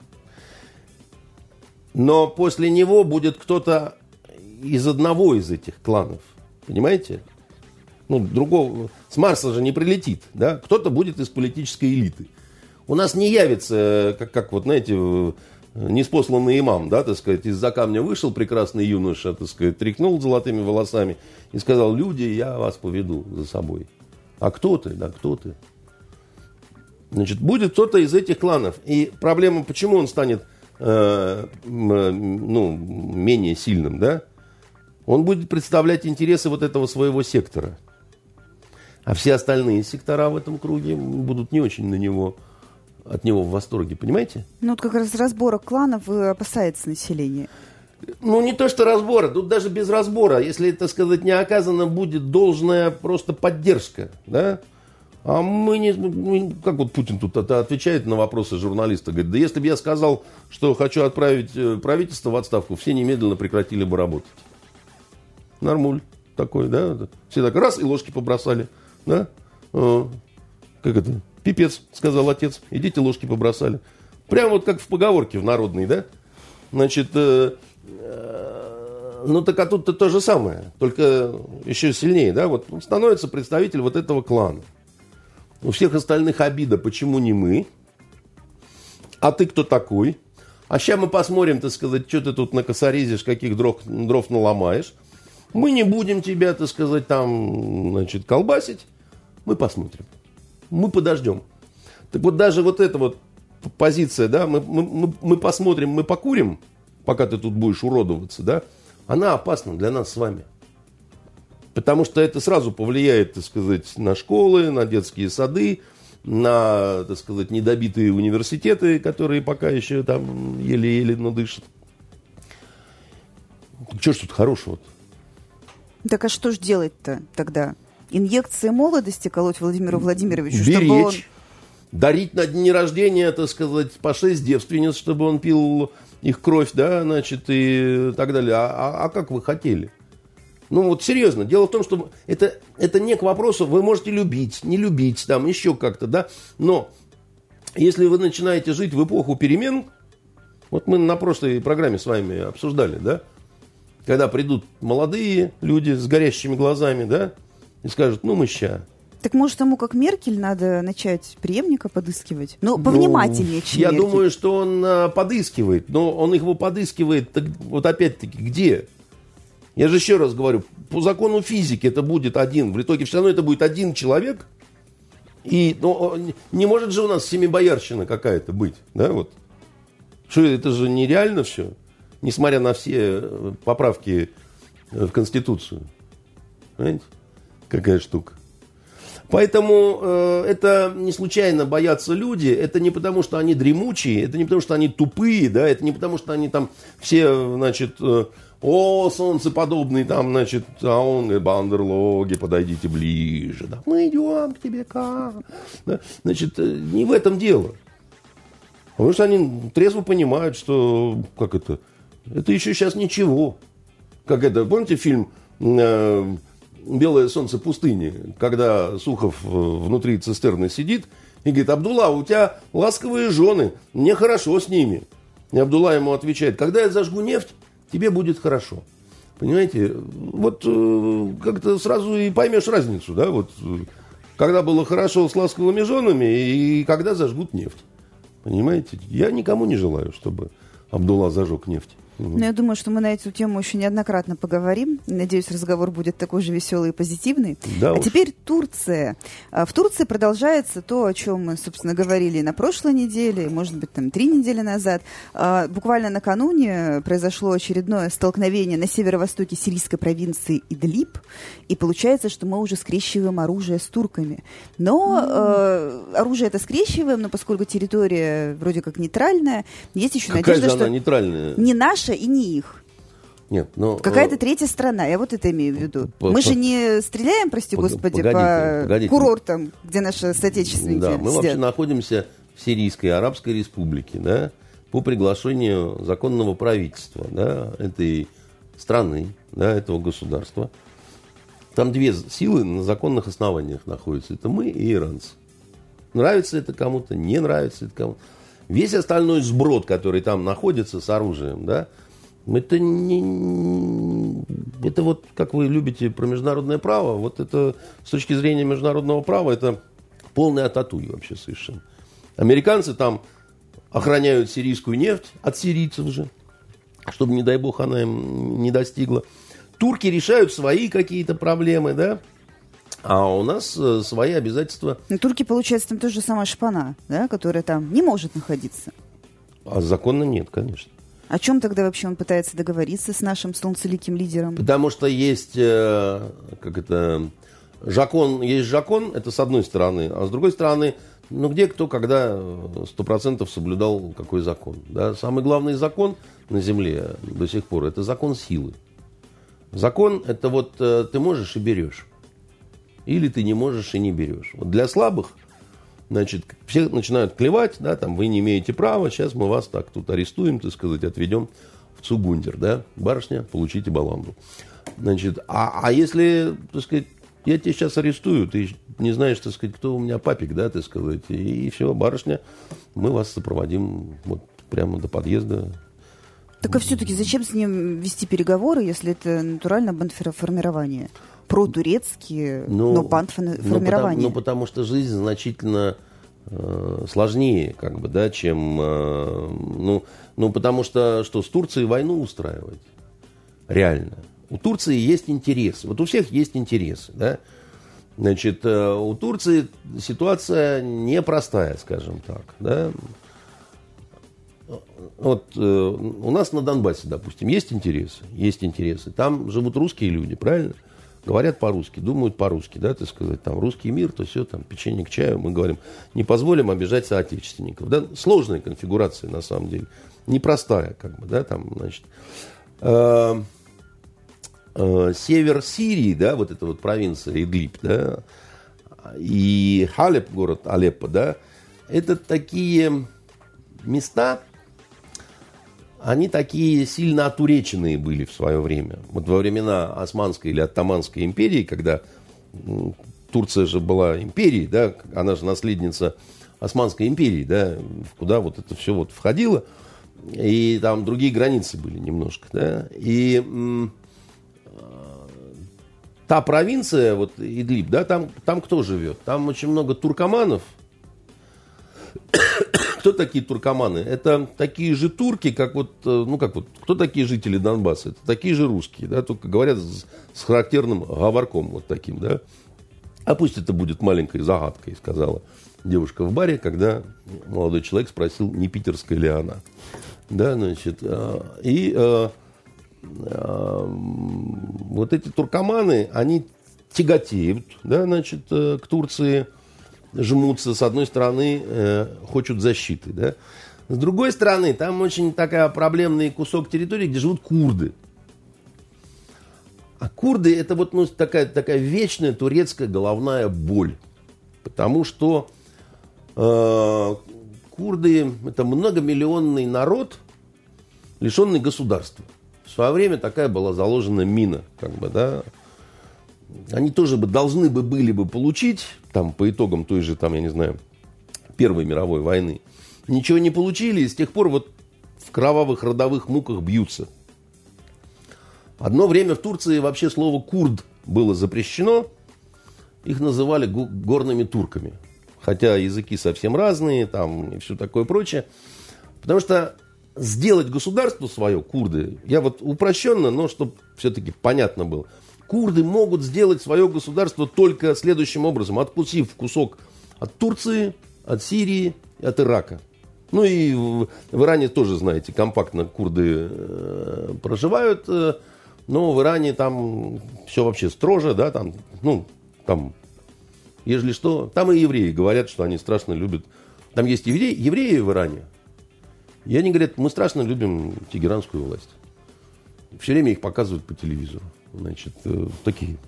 Но после него будет кто-то из одного из этих кланов, понимаете? Ну, другого, с Марса же не прилетит, да? Кто-то будет из политической элиты. У нас не явится, как вот, знаете, неспосланный имам, да, так сказать, из-за камня вышел прекрасный юноша, так сказать, тряхнул золотыми волосами и сказал: люди, я вас поведу за собой. А кто ты? Да, кто ты? Значит, будет кто-то из этих кланов. И проблема, почему он станет менее сильным, да? Он будет представлять интересы вот этого своего сектора. А все остальные сектора в этом круге будут не очень от него в восторге, понимаете? Ну, вот как раз разбора кланов опасается население. Ну, не то, что разбора, тут даже без разбора, если, так сказать, не оказана будет должная просто поддержка, да? А как вот Путин тут отвечает на вопросы журналиста, говорит: да если бы я сказал, что хочу отправить правительство в отставку, все немедленно прекратили бы работать. Нормуль такой, да? Все так раз и ложки побросали, да? Как это? Пипец, сказал отец, идите ложки побросали. Прямо вот как в поговорке в народной, да? Значит, ну так а тут-то то же самое, только еще сильнее, да? Вот становится представитель вот этого клана. У всех остальных обида, почему не мы? А ты кто такой? А сейчас мы посмотрим, так сказать, что ты тут накосорезишь, каких дров наломаешь. Мы не будем тебя, так сказать, там, значит, колбасить. Мы посмотрим. Мы подождем. Так вот даже вот эта вот позиция, да, мы посмотрим, мы покурим, пока ты тут будешь уродоваться, да, она опасна для нас с вами. Потому что это сразу повлияет, так сказать, на школы, на детские сады, на, так сказать, недобитые университеты, которые пока еще там еле-еле, но дышат. Что ж тут хорошего-то? Так а что ж делать-то тогда? Инъекции молодости колоть Владимиру Владимировичу? Беречь, чтобы он... дарить на дни рождения, так сказать, по 6 девственниц, чтобы он пил их кровь, да, значит, и так далее. А как вы хотели? Ну вот серьезно, дело в том, что это не к вопросу, вы можете любить, не любить, там еще как-то, да, но если вы начинаете жить в эпоху перемен, вот мы на прошлой программе с вами обсуждали, да, когда придут молодые люди с горящими глазами, да, и скажут: ну мы ща. Так может ему, как Меркель, надо начать преемника подыскивать? Ну, повнимательнее, чем Я Меркель. думаю, что он подыскивает, но он его подыскивает, так, вот опять-таки, где? Я же еще раз говорю, по закону физики это будет один. В итоге все равно это будет один человек. И не может же у нас семибоярщина какая-то быть. Да, вот. Что, это же нереально все. Несмотря на все поправки в Конституцию. Понимаете? Какая штука. Поэтому это не случайно боятся люди. Это не потому, что они дремучие, это не потому, что они тупые, да, это не потому, что они там все, значит, о, солнцеподобный там, значит, а он говорит, бандерлоги, подойдите ближе. Да, мы идем к тебе, как? Да, значит, не в этом дело. Потому что они трезво понимают, что, как это еще сейчас ничего. Как это, помните фильм «Белое солнце пустыни», когда Сухов внутри цистерны сидит и говорит, Абдулла, у тебя ласковые жены, мне хорошо с ними. И Абдулла ему отвечает, когда я зажгу нефть, тебе будет хорошо. Понимаете, вот как-то сразу и поймешь разницу, да, вот когда было хорошо с ласковыми женами и когда зажгут нефть. Понимаете, я никому не желаю, чтобы Абдулла зажег нефть. Но я думаю, что мы на эту тему еще неоднократно поговорим. Надеюсь, разговор будет такой же веселый и позитивный. Да уж. Теперь Турция. В Турции продолжается то, о чем мы, собственно, говорили на прошлой неделе, может быть, там 3 недели назад. Буквально накануне произошло очередное столкновение на северо-востоке сирийской провинции Идлиб. И получается, что мы уже скрещиваем оружие с турками. Но оружие это скрещиваем, но поскольку территория вроде как нейтральная, есть еще надежда, что... Она нейтральная? Не наша и не их. Нет, но... Какая-то третья страна, я вот это имею в виду. Мы же не стреляем, прости господи, погодите. По курортам, где наши соотечественники Да, мы сидят. вообще находимся в Сирийской Арабской Республике, да, по приглашению законного правительства, да, этой страны, да, этого государства. Там 2 силы на законных основаниях находятся. Это мы и иранцы. Нравится это кому-то, не нравится это кому-то. Весь остальной сброд, который там находится с оружием, да, это не... Это вот, как вы любите про международное право, вот это с точки зрения международного права, это полный ататуй вообще совершенно. Американцы там охраняют сирийскую нефть от сирийцев же, чтобы, не дай бог, она им не достигла. Турки решают свои какие-то проблемы, да, а у нас свои обязательства. Но турки, получается, там тоже самая шпана, да, которая там не может находиться. А законно нет, конечно. О чем тогда вообще он пытается договориться с нашим солнцеликим лидером? Потому что есть, есть закон, это с одной стороны, а с другой стороны, ну где кто, когда 100% соблюдал какой закон. Да? Самый главный закон на земле до сих пор, это закон силы. Закон, это вот ты можешь и берешь. Или ты не можешь и не берешь. Вот для слабых, значит, все начинают клевать, да, там, вы не имеете права, сейчас мы вас так тут арестуем, так сказать, отведем в Цугундер, да, барышня, получите баланду. Значит, а если, так сказать, я тебя сейчас арестую, ты не знаешь, так сказать, кто у меня папик, да, так сказать, и все, барышня, мы вас сопроводим вот прямо до подъезда. Так а все-таки зачем с ним вести переговоры, если это натурально бандформирование? Протурецкие, но бандформирование. Потому что жизнь значительно сложнее, как бы, да, чем... потому что с Турцией войну устраивать? Реально. У Турции есть интересы. Вот у всех есть интересы, да. Значит, у Турции ситуация непростая, скажем так, да. Вот у нас на Донбассе, допустим, есть интересы? Есть интересы. Там живут русские люди, правильно? Говорят по-русски, думают по-русски, да, так сказать, там русский мир, то все, там печенье к чаю, мы говорим, не позволим обижать соотечественников. Да? Сложная конфигурация, на самом деле, непростая, как бы, да, там, значит, север Сирии, да, вот эта вот провинция Идлиб, да, и Халеб, город Алеппо, да, это такие места, они такие сильно отуреченные были в свое время. Вот во времена Османской или Оттоманской империи, когда Турция же была империей, да, она же наследница Османской империи, да, куда вот это все вот входило, и там другие границы были немножко, да, и та провинция, вот Идлиб, да, там кто живет? Там очень много туркоманов. Кто такие туркоманы? Это такие же турки, как вот, кто такие жители Донбасса? Это такие же русские, да, только говорят с характерным говорком вот таким, да. А пусть это будет маленькой загадкой, сказала девушка в баре, когда молодой человек спросил, не питерская ли она. Да, значит, вот эти туркоманы, они тяготеют, да, значит, к Турции, жмутся, с одной стороны, хочут защиты, да. С другой стороны, там очень такая проблемный кусок территории, где живут курды. А курды это вот такая вечная турецкая головная боль. Потому что курды это многомиллионный народ, лишенный государства. В свое время такая была заложена мина, как бы, да. Они тоже должны были бы получить, там, по итогам той же, там, я не знаю, Первой мировой войны. Ничего не получили, и с тех пор вот в кровавых родовых муках бьются. Одно время в Турции вообще слово «курд» было запрещено. Их называли горными турками. Хотя языки совсем разные, там, и все такое прочее. Потому что сделать государство свое, курды, я вот упрощенно, но чтобы все-таки понятно было. Курды могут сделать свое государство только следующим образом. Откусив кусок от Турции, от Сирии и от Ирака. Ну и в Иране тоже, знаете, компактно курды проживают. Но в Иране там все вообще строже, да, там, ну, там, ежели что, там и евреи говорят, что они страшно любят. Там есть евреи в Иране, и они говорят, мы страшно любим тегеранскую власть. Все время их показывают по телевизору. Значит, такие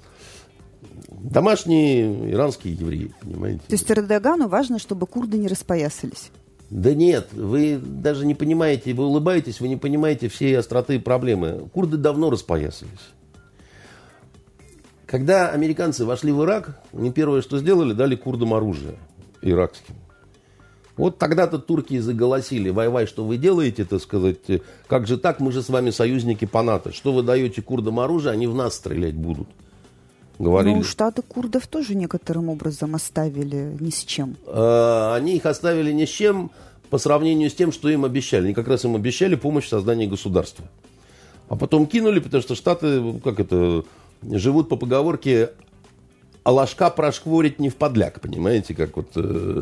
домашние иранские евреи, понимаете. То есть Эрдогану важно, чтобы курды не распоясались? Да нет, вы даже не понимаете, вы улыбаетесь, вы не понимаете всей остроты проблемы. Курды давно распоясались. Когда американцы вошли в Ирак, они первое, что сделали, дали курдам оружие иракским. Вот тогда-то турки заголосили, вай-вай, что вы делаете, так сказать, как же так, мы же с вами союзники по НАТО. Что вы даете курдам оружие, они в нас стрелять будут. Говорили. Ну, штаты курдов тоже некоторым образом оставили ни с чем. Они их оставили ни с чем по сравнению с тем, что им обещали. Они как раз им обещали помощь в создании государства. А потом кинули, потому что штаты, как это, живут по поговорке «а ложка прошкворить не в подляк», понимаете, как вот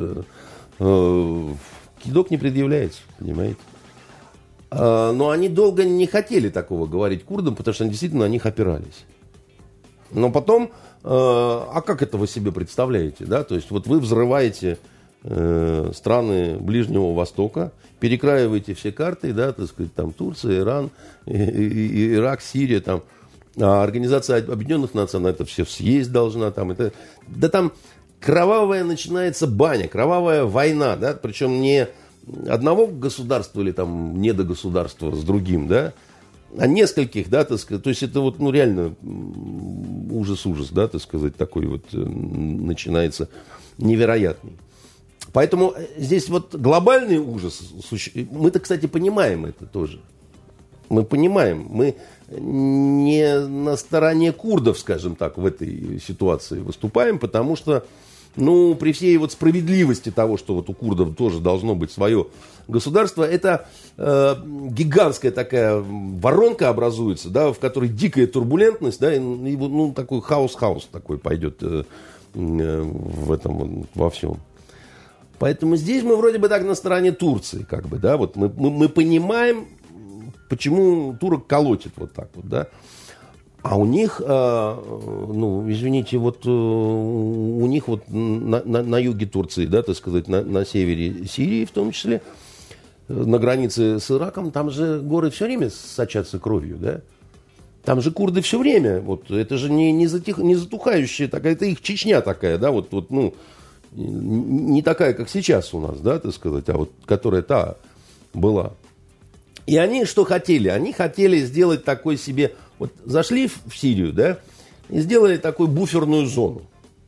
кидок не предъявляется, понимаете. Но они долго не хотели такого говорить курдам, потому что они действительно на них опирались. Но потом, а как это вы себе представляете, да? То есть вот вы взрываете страны Ближнего Востока, перекраиваете все карты, да, так сказать, там Турция, Иран, Ирак, Сирия, там, а Организация Объединенных Наций, она это все съесть должна, там, это, да там кровавая начинается баня, кровавая война, да, причем не одного государства или там недогосударства с другим, да, а нескольких, да, так сказать, то есть это вот, ну, реально ужас-ужас, да, так сказать, такой вот начинается невероятный. Поэтому здесь вот глобальный ужас, мы-то, кстати, понимаем это тоже. Мы понимаем, мы не на стороне курдов, скажем так, в этой ситуации выступаем, потому что, ну, при всей вот справедливости того, что вот у курдов тоже должно быть свое государство, это гигантская такая воронка образуется, да, в которой дикая турбулентность, да, и ну, такой хаос такой пойдет в этом, во всем. Поэтому здесь мы вроде бы так на стороне Турции, как бы, да, вот мы понимаем, почему турок колотит вот так вот, да. А у них, ну, извините, вот у них вот на юге Турции, да, так сказать, на севере Сирии в том числе, на границе с Ираком, там же горы все время сочатся кровью, да. Там же курды все время, вот, это же не затухающая такая, это их Чечня такая, да, вот, ну, не такая, как сейчас у нас, да, так сказать, а вот которая та была. И они что хотели? Они хотели сделать такой себе... Вот зашли в Сирию, да, и сделали такую буферную зону.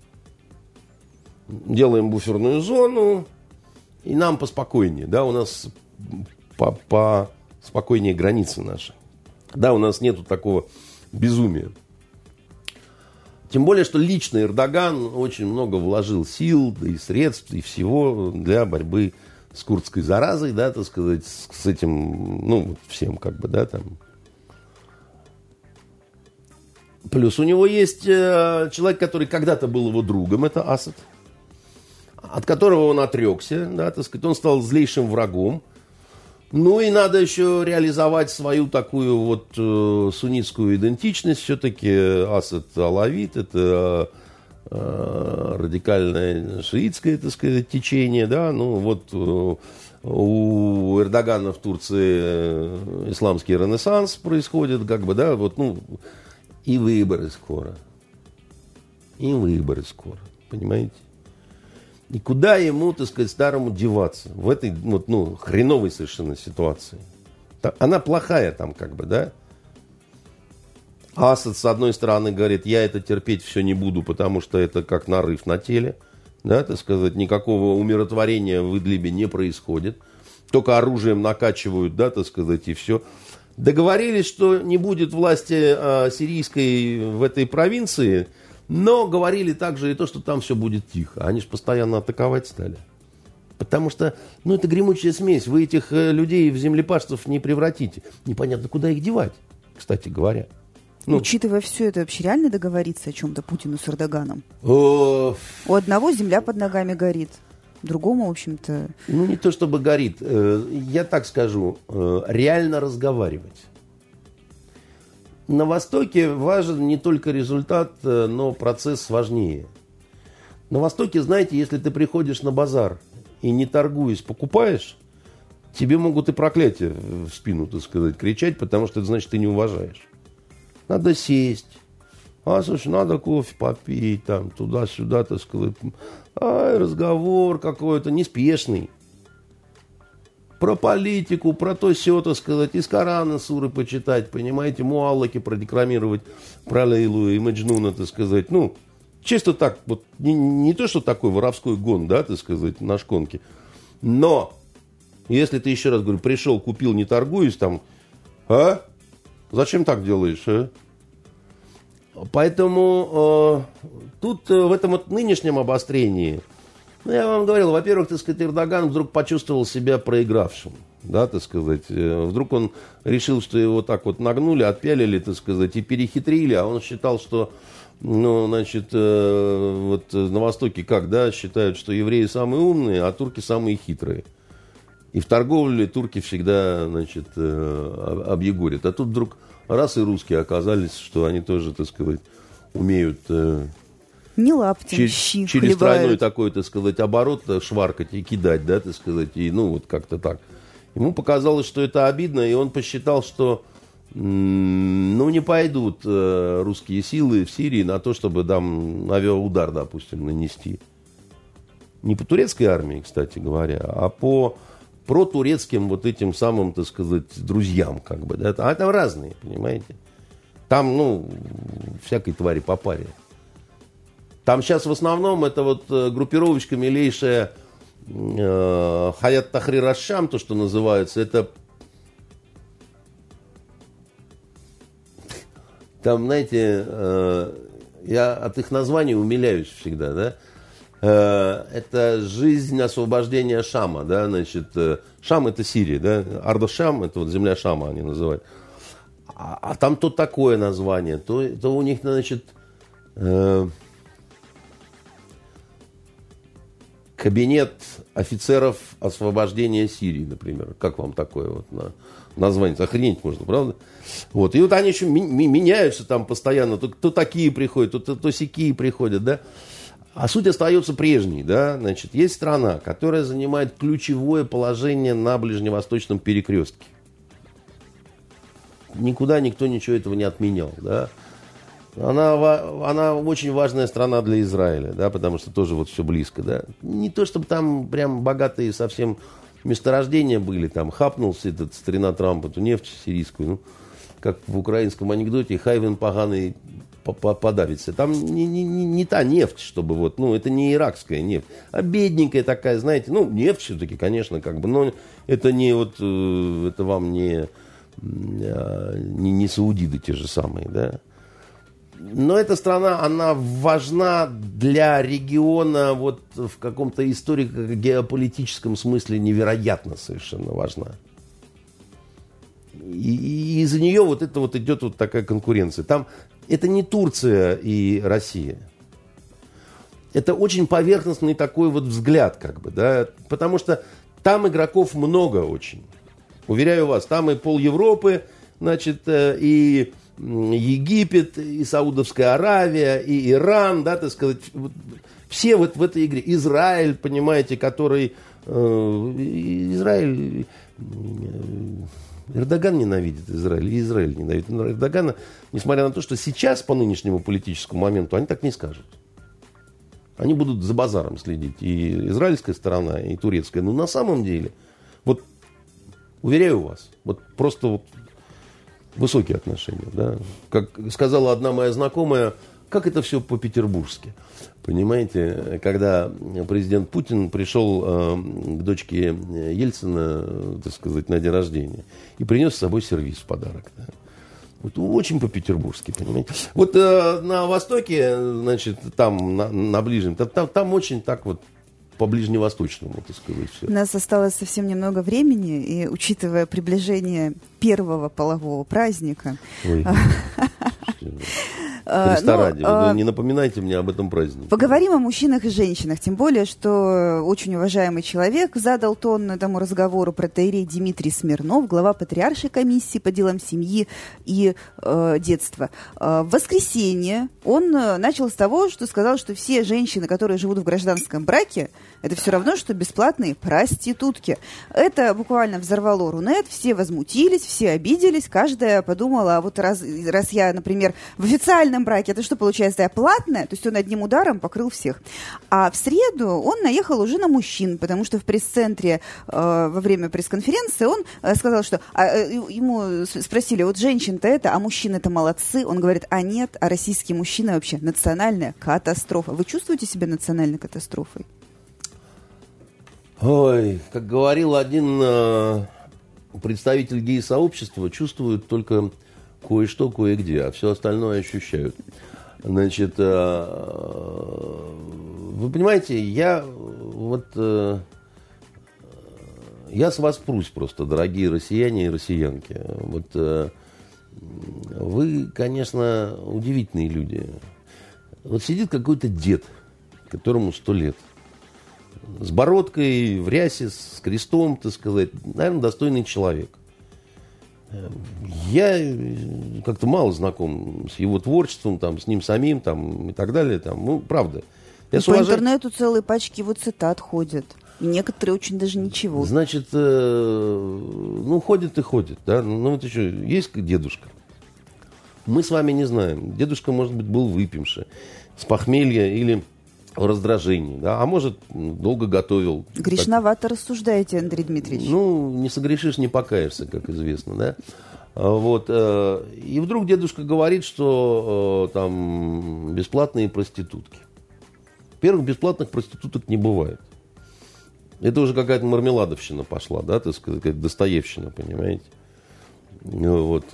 Делаем буферную зону, и нам поспокойнее, да, у нас поспокойнее границы наши. Да, у нас нету такого безумия. Тем более, что лично Эрдоган очень много вложил сил, да и средств, и всего для борьбы с курдской заразой, да, так сказать, с этим, ну, всем как бы, да, там. Плюс у него есть человек, который когда-то был его другом, это Асад, от которого он отрекся, да, так сказать, он стал злейшим врагом. Ну и надо еще реализовать свою такую вот суннитскую идентичность. Все-таки Асад алавит, это радикальное шиитское, так сказать, течение, да, ну вот у Эрдогана в Турции исламский ренессанс происходит, как бы, да, вот, ну, И выборы скоро. Понимаете? И куда ему, так сказать, старому деваться в этой вот, хреновой совершенно ситуации? Она плохая там как бы, да? Асад, с одной стороны, говорит, я это терпеть все не буду, потому что это как нарыв на теле. Да, так сказать, никакого умиротворения в Идлибе не происходит. Только оружием накачивают, да, так сказать, и все. Договорились, что не будет власти сирийской в этой провинции, но говорили также и то, что там все будет тихо. Они же постоянно атаковать стали. Потому что, это гремучая смесь. Вы этих людей в землепашцев не превратите. Непонятно, куда их девать, кстати говоря. Учитывая все это, вообще реально договориться о чем-то Путину с Эрдоганом? У одного земля под ногами горит, другому, в общем-то... не то чтобы горит. Я так скажу, реально разговаривать. На Востоке важен не только результат, но процесс важнее. На Востоке, знаете, если ты приходишь на базар и не торгуясь покупаешь, тебе могут и проклятие в спину, так сказать, кричать, потому что это значит, ты не уважаешь. Надо сесть. Слушай, надо кофе попить, там, туда-сюда, так сказать. Разговор какой-то неспешный. Про политику, про то сё, так сказать, из Корана суры почитать, понимаете, муаллаки продекламировать, про Лейлу и Маджнуна, так сказать. Чисто так, вот, не то, что такой воровской гон, да, так сказать, на шконке. Но, если ты, еще раз говорю, пришел, купил, не торгуясь, там, зачем так делаешь, а? Поэтому тут в этом вот нынешнем обострении, я вам говорил, во-первых, так сказать, Эрдоган вдруг почувствовал себя проигравшим, да, так сказать. Вдруг он решил, что его так вот нагнули, отпялили, так сказать, и перехитрили, а он считал, что, вот на Востоке как, да, считают, что евреи самые умные, а турки самые хитрые. И в торговле турки всегда, значит, объегорят. А тут вдруг раз и русские оказались, что они тоже, так сказать, умеют не лаптем, щи через тройной такой, так сказать, оборот шваркать и кидать, да, так сказать, и вот как-то так. Ему показалось, что это обидно, и он посчитал, что не пойдут русские силы в Сирии на то, чтобы там авиаудар, допустим, нанести. Не по турецкой армии, кстати говоря, а по протурецким вот этим самым, так сказать, друзьям, как бы, да, а там разные, понимаете. Там, всякой твари по паре. Там сейчас в основном это вот группировочка милейшая Хаят Тахрир аш-Шам, то, что называется, это там, знаете, я от их названий умиляюсь всегда, да. Это жизнь освобождения Шама, да, значит, Шам это Сирия, да, Ардо-Шам, это вот земля Шама они называют. А там то такое название, то у них, значит, кабинет офицеров освобождения Сирии, например. Как вам такое вот название? Охренеть можно, правда? Вот. И вот они еще меняются там постоянно, то такие приходят, то сякие приходят, да. А суть остается прежней, да, значит, есть страна, которая занимает ключевое положение на ближневосточном перекрестке. Никуда никто ничего этого не отменял, да. Она очень важная страна для Израиля, да, потому что тоже вот все близко, да. Не то, чтобы там прям богатые совсем месторождения были, там хапнулся этот старина Трамп, эту нефть сирийскую, как в украинском анекдоте, хайвен поганый подавится. Там не та нефть, чтобы вот, это не иракская нефть, а бедненькая такая, знаете, нефть все-таки, конечно, как бы, но это не вот, это вам не саудиды те же самые, да. Но эта страна, она важна для региона вот в каком-то историко-геополитическом смысле невероятно совершенно важна. И из-за нее вот это вот идет вот такая конкуренция. Там это не Турция и Россия. Это очень поверхностный такой вот взгляд, как бы, да, потому что там игроков много очень. Уверяю вас, там и пол Европы, значит, и Египет, и Саудовская Аравия, и Иран, да, так сказать, все вот в этой игре. Израиль, понимаете, который... Израиль Эрдоган ненавидит Израиль, и Израиль ненавидит Эрдогана, несмотря на то, что сейчас, по нынешнему политическому моменту, они так не скажут. Они будут за базаром следить, и израильская сторона, и турецкая. Но на самом деле, вот, уверяю вас, вот просто вот высокие отношения. Да? Как сказала одна моя знакомая, как это все по-петербургски. Понимаете, когда президент Путин пришел к дочке Ельцина, так сказать, на день рождения, и принес с собой сервиз в подарок. Да? Вот очень по-петербургски, понимаете. Вот на Востоке, значит, там, на Ближнем, там очень так вот по-ближневосточному, так сказать, все. У нас осталось совсем немного времени, и учитывая приближение первого полового праздника... Ой. Христа ради, вы не напоминайте мне об этом празднике. Поговорим о мужчинах и женщинах, тем более, что очень уважаемый человек задал тон этому разговору, протоиерей Дмитрий Смирнов, глава Патриаршей комиссии по делам семьи и детства. В воскресенье он начал с того, что сказал, что все женщины, которые живут в гражданском браке, это все равно, что бесплатные проститутки. Это буквально взорвало Рунет, все возмутились, все обиделись, каждая подумала, а вот раз я, например, в официальном браке, это что получается, я платная? То есть он одним ударом покрыл всех. А в среду он наехал уже на мужчин, потому что в пресс-центре во время пресс-конференции он сказал, что ему спросили, вот женщин-то это, а мужчины-то молодцы. Он говорит, а нет, а российские мужчины вообще национальная катастрофа. Вы чувствуете себя национальной катастрофой? Ой, как говорил один представитель гей-сообщества, чувствуют только кое-что, кое-где, а все остальное ощущают. Значит, вы понимаете, я с вас прусь просто, дорогие россияне и россиянки. Вот вы, конечно, удивительные люди. Вот сидит какой-то дед, которому 100 лет. С бородкой, в рясе, с крестом, так сказать. Наверное, достойный человек. Я как-то мало знаком с его творчеством, там, с ним самим там, и так далее. Там. Ну, правда. По интернету целые пачки его цитат ходят. И некоторые очень даже ничего. Значит, ну, ходит и ходит. Да? Ну, вот еще есть дедушка. Мы с вами не знаем. Дедушка, может быть, был выпивший, с похмелья или в раздражении. Да? А может, долго готовил. Грешновато рассуждаете, Андрей Дмитриевич. Ну, не согрешишь, не покаешься, как известно. Да? Вот. И вдруг дедушка говорит, что там бесплатные проститутки. Во-первых, бесплатных проституток не бывает. Это уже какая-то мармеладовщина пошла, да, так сказать, как Достоевщина, понимаете? Вот.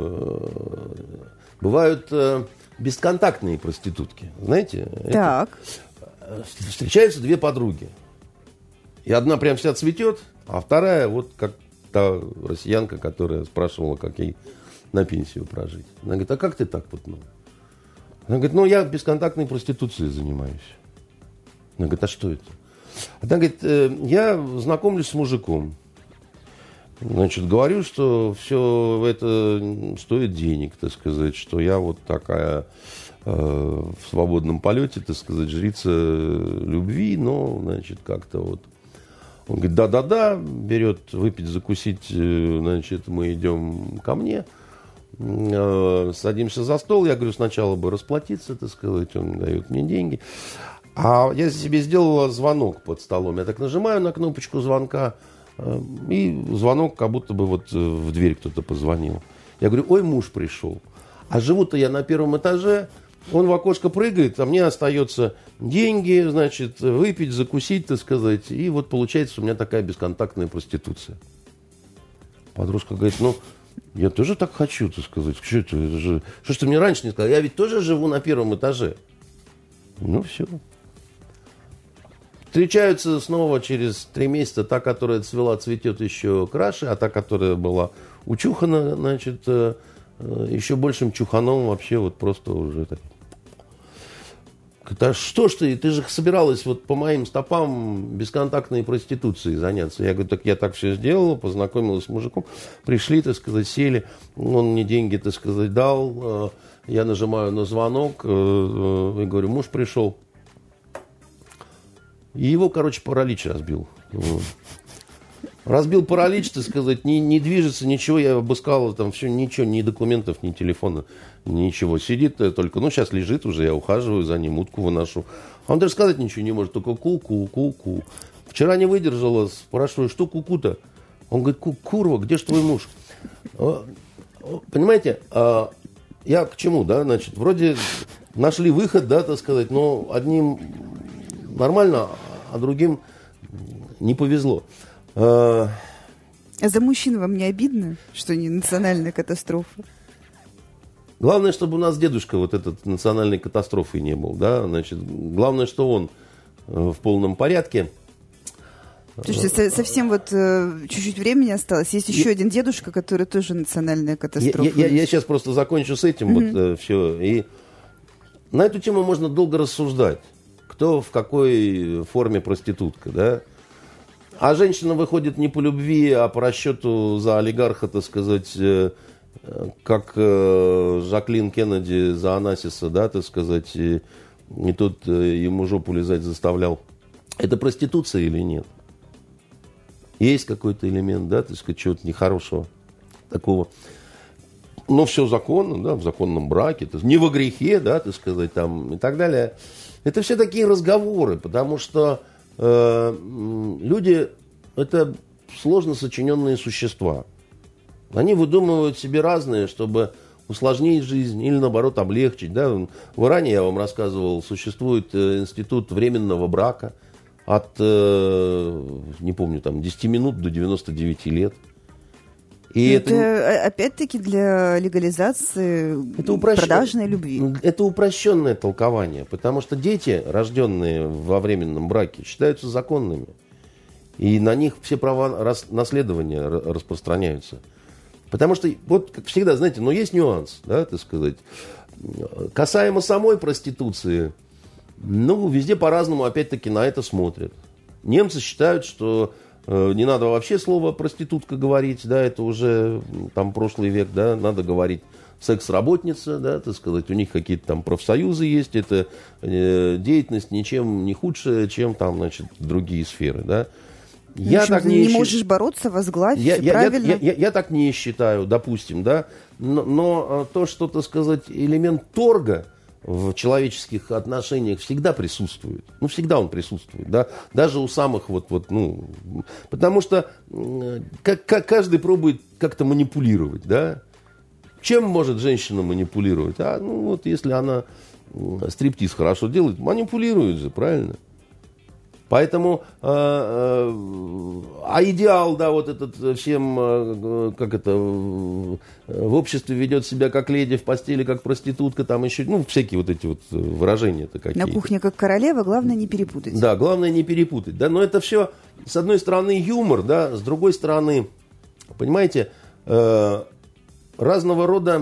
Бывают бесконтактные проститутки, знаете? Так. Встречаются две подруги. И одна прям вся цветет, а вторая вот как та россиянка, которая спрашивала, как ей на пенсию прожить. Она говорит, а как ты так вот? Ну? Она говорит, ну я бесконтактной проституцией занимаюсь. Она говорит, а что это? Она говорит, я знакомлюсь с мужиком. Значит, говорю, что все это стоит денег, так сказать, что я вот такая в свободном полете, так сказать, жрица любви, но, значит, как-то вот. Он говорит, да-да-да, берет выпить, закусить, значит, мы идем ко мне, садимся за стол, я говорю, сначала бы расплатиться, так сказать, он дает мне деньги. А я себе сделала звонок под столом, я так нажимаю на кнопочку звонка, и звонок, как будто бы вот в дверь кто-то позвонил. Я говорю, ой, муж пришел. А живу-то я на первом этаже, он в окошко прыгает, а мне остается деньги, значит, выпить, закусить, так сказать. И вот получается у меня такая бесконтактная проституция. Подружка говорит, ну, я тоже так хочу, так сказать. Что это же... Что ж ты мне раньше не сказал? Я ведь тоже живу на первом этаже. Ну, все. Встречаются снова через 3 месяца та, которая цвела, цветет еще краше, а та, которая была учухана, значит, еще большим чуханом вообще вот просто уже так. А что ж ты же собиралась вот по моим стопам бесконтактной проституцией заняться. Я говорю, так я так все сделала, познакомилась с мужиком, пришли, так сказать, сели, он мне деньги, так сказать, дал, я нажимаю на звонок, и говорю, муж пришел. И его, короче, паралич разбил. Вот. Разбил паралич, так сказать, не движется, ничего, я обыскал, там все, ничего, ни документов, ни телефона, ничего. Сидит только, сейчас лежит уже, я ухаживаю за ним, утку выношу. А он даже сказать ничего не может, только ку-ку. Вчера не выдержала, спрашиваю, что ку-ку-то? Он говорит, курва, где ж твой муж? Понимаете, я к чему, да, значит, вроде нашли выход, да, так сказать, но одним нормально, а другим не повезло. А за мужчин вам не обидно, что не национальная катастрофа? Главное, чтобы у нас дедушка вот этот национальной катастрофы не был, да, значит, главное, что он в полном порядке. Слушайте, совсем чуть-чуть времени осталось. Есть еще один дедушка, который тоже национальная катастрофа. Я сейчас просто закончу с этим, все. И на эту тему можно долго рассуждать. Кто в какой форме проститутка, да? А женщина выходит не по любви, а по расчету за олигарха, так сказать, как Жаклин Кеннеди за Онасиса, да, так сказать, и тот ему жопу лизать заставлял. Это проституция или нет? Есть какой-то элемент, да, так сказать, чего-то нехорошего такого. Но все законно, да, в законном браке, не во грехе, да, так сказать, там и так далее. Это все такие разговоры, потому что люди – это сложно сочиненные существа. Они выдумывают себе разные, чтобы усложнить жизнь или, наоборот, облегчить. Да? В Иране, я вам рассказывал, существует институт временного брака от, не помню, 10 минут до 99 лет. И это опять-таки для легализации продажной любви. Это упрощенное толкование, потому что дети, рожденные во временном браке, считаются законными. И на них все права наследования распространяются. Потому что, вот как всегда, знаете, но есть нюанс, да, так сказать. Касаемо самой проституции, везде по-разному опять-таки на это смотрят. Немцы считают, что не надо вообще слово проститутка говорить, да, это уже там прошлый век, да, надо говорить секс-работница, да, так сказать, у них какие-то там профсоюзы есть, это деятельность ничем не худшая, чем там, значит, другие сферы, да. Я так не можешь бороться, возглавить, правильно? Я так не считаю, допустим, да, но то, что, так сказать, элемент торга в человеческих отношениях всегда присутствует. Всегда он присутствует, да. Даже у самых потому что каждый пробует как-то манипулировать, да. Чем может женщина манипулировать? Если она стриптиз хорошо делает, манипулирует же, правильно? Поэтому, идеал, да, вот этот всем, в обществе ведет себя как леди, в постели как проститутка, там еще, всякие вот эти вот выражения-то какие-то. На кухне как королева, главное не перепутать. Да, главное не перепутать, да, но это все, с одной стороны, юмор, да, с другой стороны, понимаете, разного рода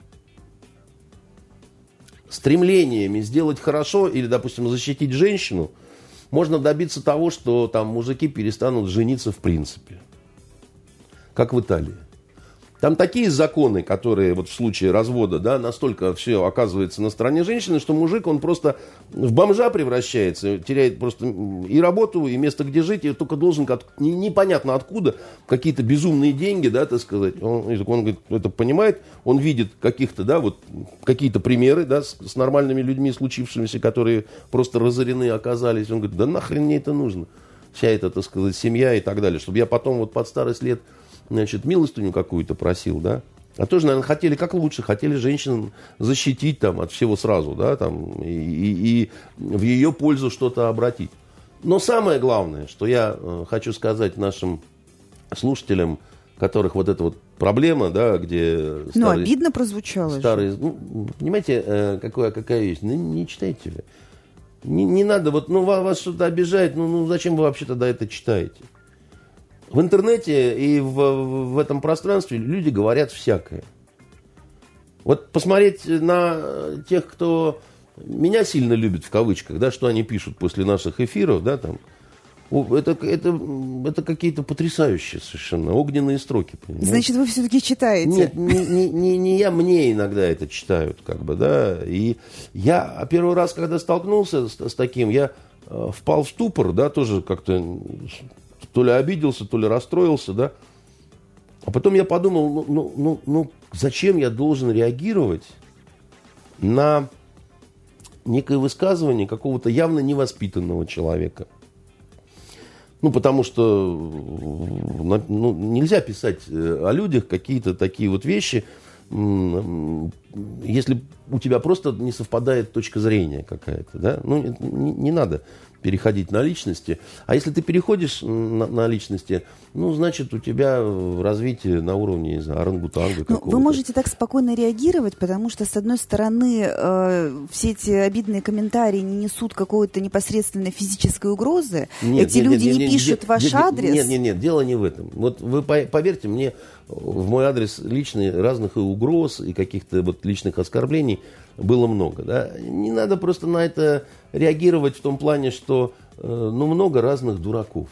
стремлениями сделать хорошо или, допустим, защитить женщину, можно добиться того, что там мужики перестанут жениться в принципе. Как в Италии. Там такие законы, которые вот в случае развода, да, настолько все оказывается на стороне женщины, что мужик, он просто в бомжа превращается, теряет просто и работу, и место, где жить, и только должен непонятно откуда какие-то безумные деньги, да, так сказать. Он говорит, это понимает, он видит каких-то, да, вот какие-то примеры, да, с нормальными людьми случившимися, которые просто разорены оказались. Он говорит, да нахрен мне это нужно, вся эта, так сказать, семья и так далее, чтобы я потом вот под старость лет, значит, милостыню какую-то просил, да. А тоже, наверное, хотели как лучше, хотели женщин защитить там от всего сразу, да, там, и в ее пользу что-то обратить. Но самое главное, что я хочу сказать нашим слушателям, которых вот эта вот проблема, да, где... обидно прозвучало же. Понимаете, какая есть? Не читайте вы. Не надо, вас что-то обижает, зачем вы вообще тогда это читаете? В интернете и в этом пространстве люди говорят всякое. Вот посмотреть на тех, кто меня сильно любит, в кавычках, да, что они пишут после наших эфиров, да, там, это какие-то потрясающие совершенно огненные строки. Понимаете? Значит, вы все-таки читаете? Нет, не я, мне иногда это читают, как бы, да. И я первый раз, когда столкнулся с таким, я впал в ступор, да, тоже как-то... то ли обиделся, то ли расстроился, да. А потом я подумал, зачем я должен реагировать на некое высказывание какого-то явно невоспитанного человека. Потому что нельзя писать о людях какие-то такие вот вещи, если у тебя просто не совпадает точка зрения какая-то, да? Не надо переходить на личности. А если ты переходишь на личности, значит, у тебя развитие на уровне, не знаю, орангутанга какого-то. Вы можете так спокойно реагировать, потому что, с одной стороны, все эти обидные комментарии не несут какой-то непосредственной физической угрозы. Эти люди не пишут ваш адрес. Нет, дело не в этом. Вот вы поверьте мне, в мой адрес личный разных и угроз, и каких-то вот личных оскорблений было много. Да? Не надо просто на это реагировать в том плане, что много разных дураков.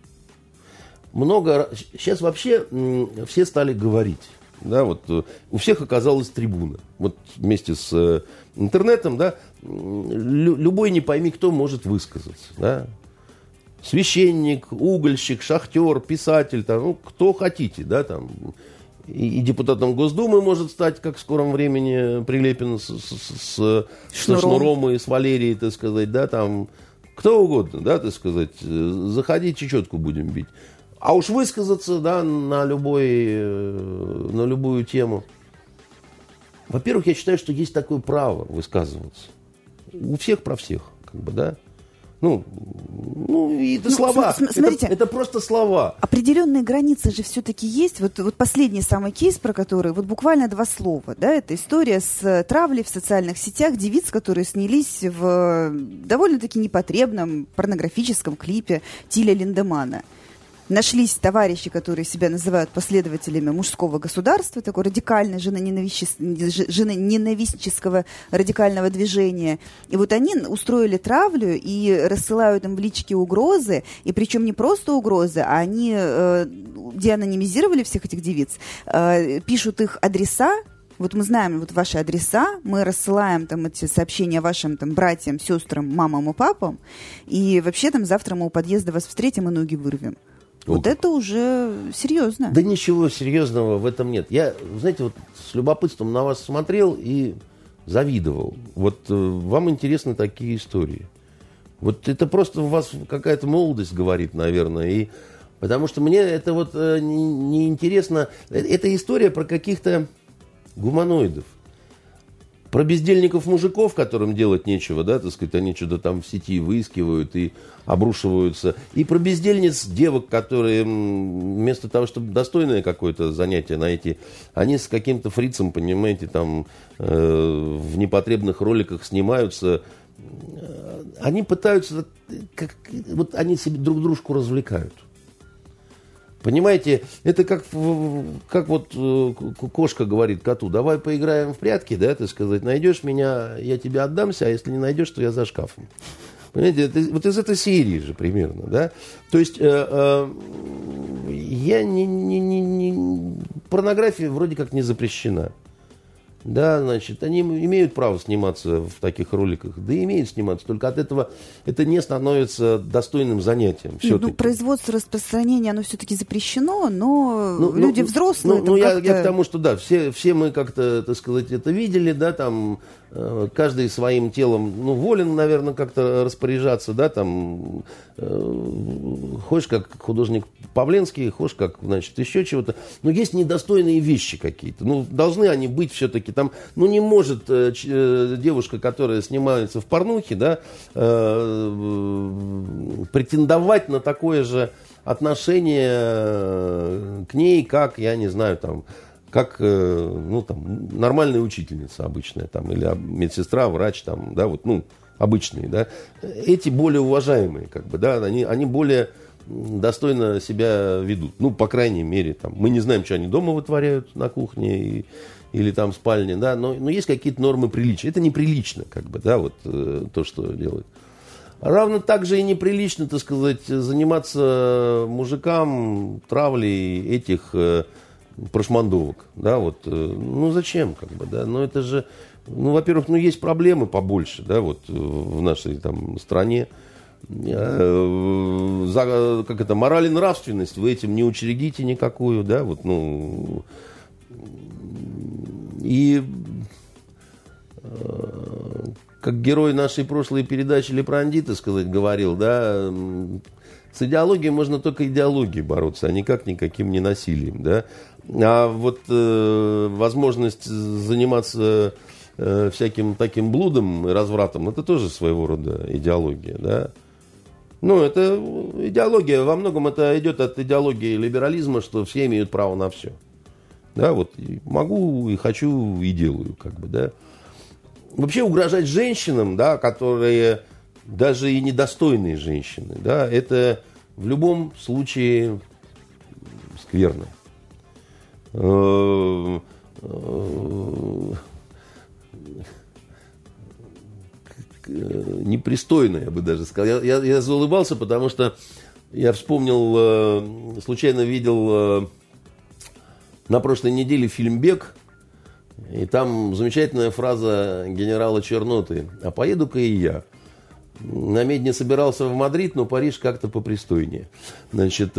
Сейчас вообще все стали говорить. Да, вот, у всех оказалась трибуна. Вот вместе с интернетом, да, любой не пойми кто может высказаться. Да? Священник, угольщик, шахтер, писатель, там, кто хотите, да, там. И депутатом Госдумы может стать, как в скором времени Прилепин со Шнуром и с Валерией, так сказать, да, там, кто угодно, да, так сказать, заходи, чечетку будем бить. А уж высказаться, да, на любую тему. Во-первых, я считаю, что есть такое право высказываться. У всех про всех, как бы, да. И это слова. Смотрите, это просто слова. Определенные границы же все-таки есть. Вот последний самый кейс, про который, вот буквально 2 слова, да, это история с травлей в социальных сетях девиц, которые снялись в довольно-таки непотребном порнографическом клипе Тиля Линдеманна. Нашлись товарищи, которые себя называют последователями мужского государства, такой радикальной женоненавистнического радикального движения. И вот они устроили травлю и рассылают им в личке угрозы, и причем не просто угрозы, а они деанонимизировали всех этих девиц, пишут их адреса. Вот мы знаем вот ваши адреса, мы рассылаем там эти сообщения вашим там братьям, сестрам, мамам и папам, и вообще там завтра мы у подъезда вас встретим и ноги вырвем. Вот это уже серьезно. Да ничего серьезного в этом нет. Я, знаете, вот с любопытством на вас смотрел и завидовал. Вот вам интересны такие истории. Вот это просто у вас какая-то молодость говорит, наверное. И потому что мне это вот не интересно. Это история про каких-то гуманоидов. Про бездельников-мужиков, которым делать нечего, да, так сказать, они что-то там в сети выискивают и обрушиваются. И про бездельниц девок, которые вместо того, чтобы достойное какое-то занятие найти, они с каким-то фрицем, понимаете, там в непотребных роликах снимаются. Они пытаются, вот они себе друг дружку развлекают. Понимаете, это как вот кошка говорит коту: давай поиграем в прятки, да, так сказать, найдешь меня, я тебе отдамся, а если не найдешь, то я за шкафом. Понимаете, это, вот из этой серии же примерно, да. То есть порнография вроде как не запрещена. Да, значит, они имеют право сниматься в таких роликах, да и имеют сниматься, только от этого это не становится достойным занятием. Производство, распространение, оно все-таки запрещено, но люди взрослые... Я к тому, что да, все мы как-то, так сказать, это видели, да, там каждый своим телом, волен, наверное, как-то распоряжаться, да, там, хочешь как художник Павленский, хочешь как, значит, еще чего-то, но есть недостойные вещи какие-то, должны они быть все-таки там, не может девушка, которая снимается в порнухе, да, претендовать на такое же отношение к ней, как, я не знаю, там, как, нормальная учительница обычная, там, или медсестра, врач, там, да, вот, обычные, да. Эти более уважаемые, как бы, да, они более достойно себя ведут. По крайней мере, там, мы не знаем, что они дома вытворяют на кухне или там в спальне, да, но есть какие-то нормы приличия. Это неприлично, как бы, да, вот то, что делают. Равно так же и неприлично, так сказать, заниматься мужикам травлей этих прошмандовок, да, вот, зачем, как бы, да, это же, во-первых, есть проблемы побольше, да, вот, в нашей, там, стране, мораль и нравственность вы этим не учредите никакую, да, вот, ну, и как герой нашей прошлой передачи Лепранди, так сказать, говорил, да, с идеологией можно только идеологией бороться, а никак никаким не насилием, да, а вот возможность заниматься всяким таким блудом и развратом, это тоже своего рода идеология, да. Ну, это идеология, во многом это идет от идеологии либерализма, что все имеют право на все. Да, вот и могу, и хочу, и делаю, как бы, да. Вообще угрожать женщинам, да, которые даже и недостойные женщины, да, это в любом случае скверно. Непристойно, я бы даже сказал. Я заулыбался, потому что я вспомнил, случайно видел на прошлой неделе фильм «Бег», и там замечательная фраза генерала Черноты: «А поеду-ка и я». Намедни собирался в Мадрид, но Париж как-то попристойнее. Значит,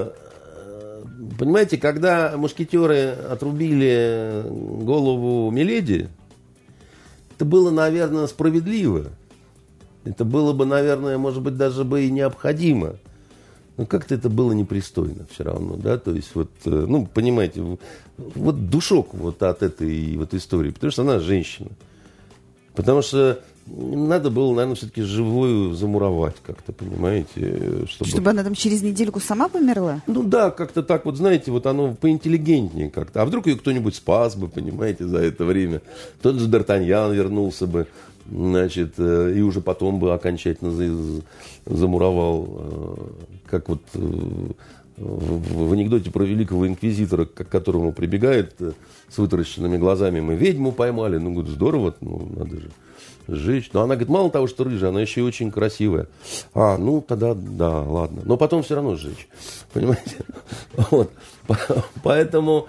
понимаете, когда мушкетеры отрубили голову Миледи, это было, наверное, справедливо. Это было бы, наверное, может быть, даже бы и необходимо. Но как-то это было непристойно все равно, да, то есть вот, ну, понимаете, вот душок вот от этой вот истории, потому что она женщина. Потому что надо было, наверное, все-таки живую замуровать как-то, понимаете. Чтобы она там через недельку сама померла? Ну да, как-то так вот, знаете, вот оно поинтеллигентнее как-то. А вдруг ее кто-нибудь спас бы, понимаете, за это время. Тот же Д'Артаньян вернулся бы, значит, и уже потом бы окончательно замуровал. Как вот в анекдоте про великого инквизитора, к которому прибегает с вытаращенными глазами: мы ведьму поймали. Ну, говорит, здорово, ну, надо же сжечь. Но она говорит, мало того, что рыжая, она еще и очень красивая. А, ну, тогда, да, ладно. Но потом все равно сжечь. Понимаете? Вот. Поэтому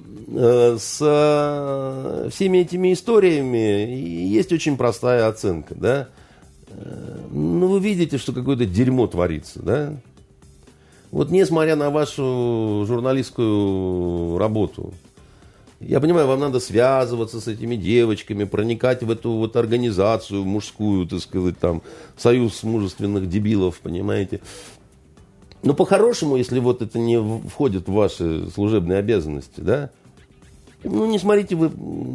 с всеми этими историями есть очень простая оценка, да. Ну, вы видите, что какое-то дерьмо творится, да. Вот несмотря на вашу журналистскую работу, я понимаю, вам надо связываться с этими девочками, проникать в эту вот организацию мужскую, так сказать, там, союз мужественных дебилов, понимаете. Но по-хорошему, если вот это не входит в ваши служебные обязанности, да, ну, не смотрите вы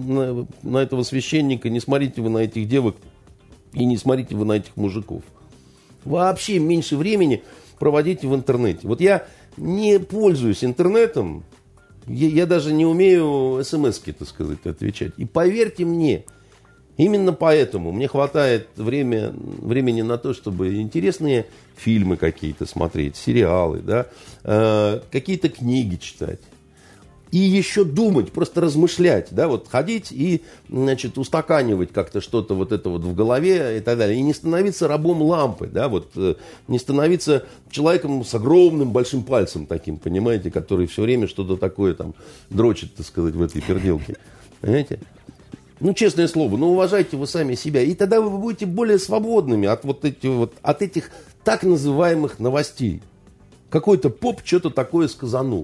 на этого священника, не смотрите вы на этих девок и не смотрите вы на этих мужиков. Вообще меньше времени проводите в интернете. Вот я не пользуюсь интернетом, я даже не умею смс-ки, так сказать, отвечать. И поверьте мне, именно поэтому мне хватает времени на то, чтобы интересные фильмы какие-то смотреть, сериалы, да, какие-то книги читать. И еще думать, просто размышлять, да, вот ходить и, значит, устаканивать как-то что-то вот это вот в голове и так далее. И не становиться рабом лампы, да, вот не становиться человеком с огромным большим пальцем таким, понимаете, который все время что-то такое там дрочит, так сказать, в этой перделке. Понимаете? Ну, честное слово, ну, уважайте вы сами себя. И тогда вы будете более свободными от от этих так называемых новостей. Какой-то поп что-то такое сказанул.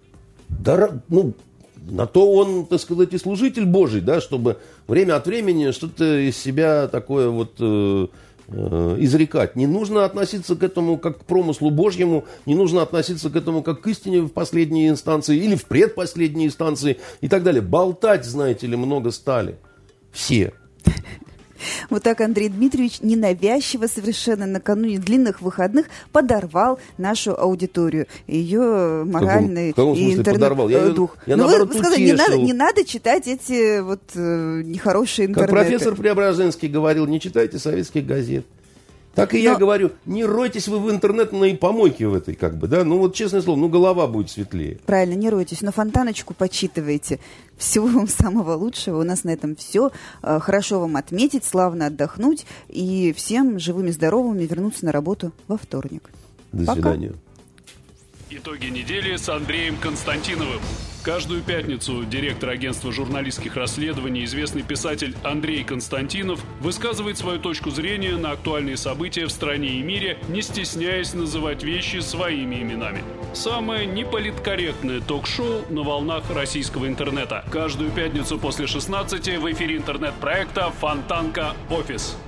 Да, ну, на то он, так сказать, и служитель Божий, да, чтобы время от времени что-то из себя такое вот изрекать. Не нужно относиться к этому как к промыслу Божьему, не нужно относиться к этому как к истине в последней инстанции или в предпоследней инстанции и так далее. Болтать, знаете ли, много стали. Все. Вот так Андрей Дмитриевич ненавязчиво совершенно накануне длинных выходных подорвал нашу аудиторию. Ее моральный и интернет-дух. Я наоборот, вы сказали, не надо читать эти вот нехорошие интернеты. Как профессор Преображенский говорил, не читайте советских газет. Так и я говорю, не ройтесь вы в интернетной помойке в этой, как бы, да, ну вот честное слово, ну голова будет светлее. Правильно, не ройтесь, но фонтаночку почитывайте. Всего вам самого лучшего, у нас на этом все. Хорошо вам отметить, славно отдохнуть и всем живыми, здоровыми вернуться на работу во вторник. До свидания. Итоги недели с Андреем Константиновым. Каждую пятницу директор агентства журналистских расследований, известный писатель Андрей Константинов, высказывает свою точку зрения на актуальные события в стране и мире, не стесняясь называть вещи своими именами. Самое неполиткорректное ток-шоу на волнах российского интернета. Каждую пятницу после 16 в эфире интернет-проекта «Фонтанка. Офис».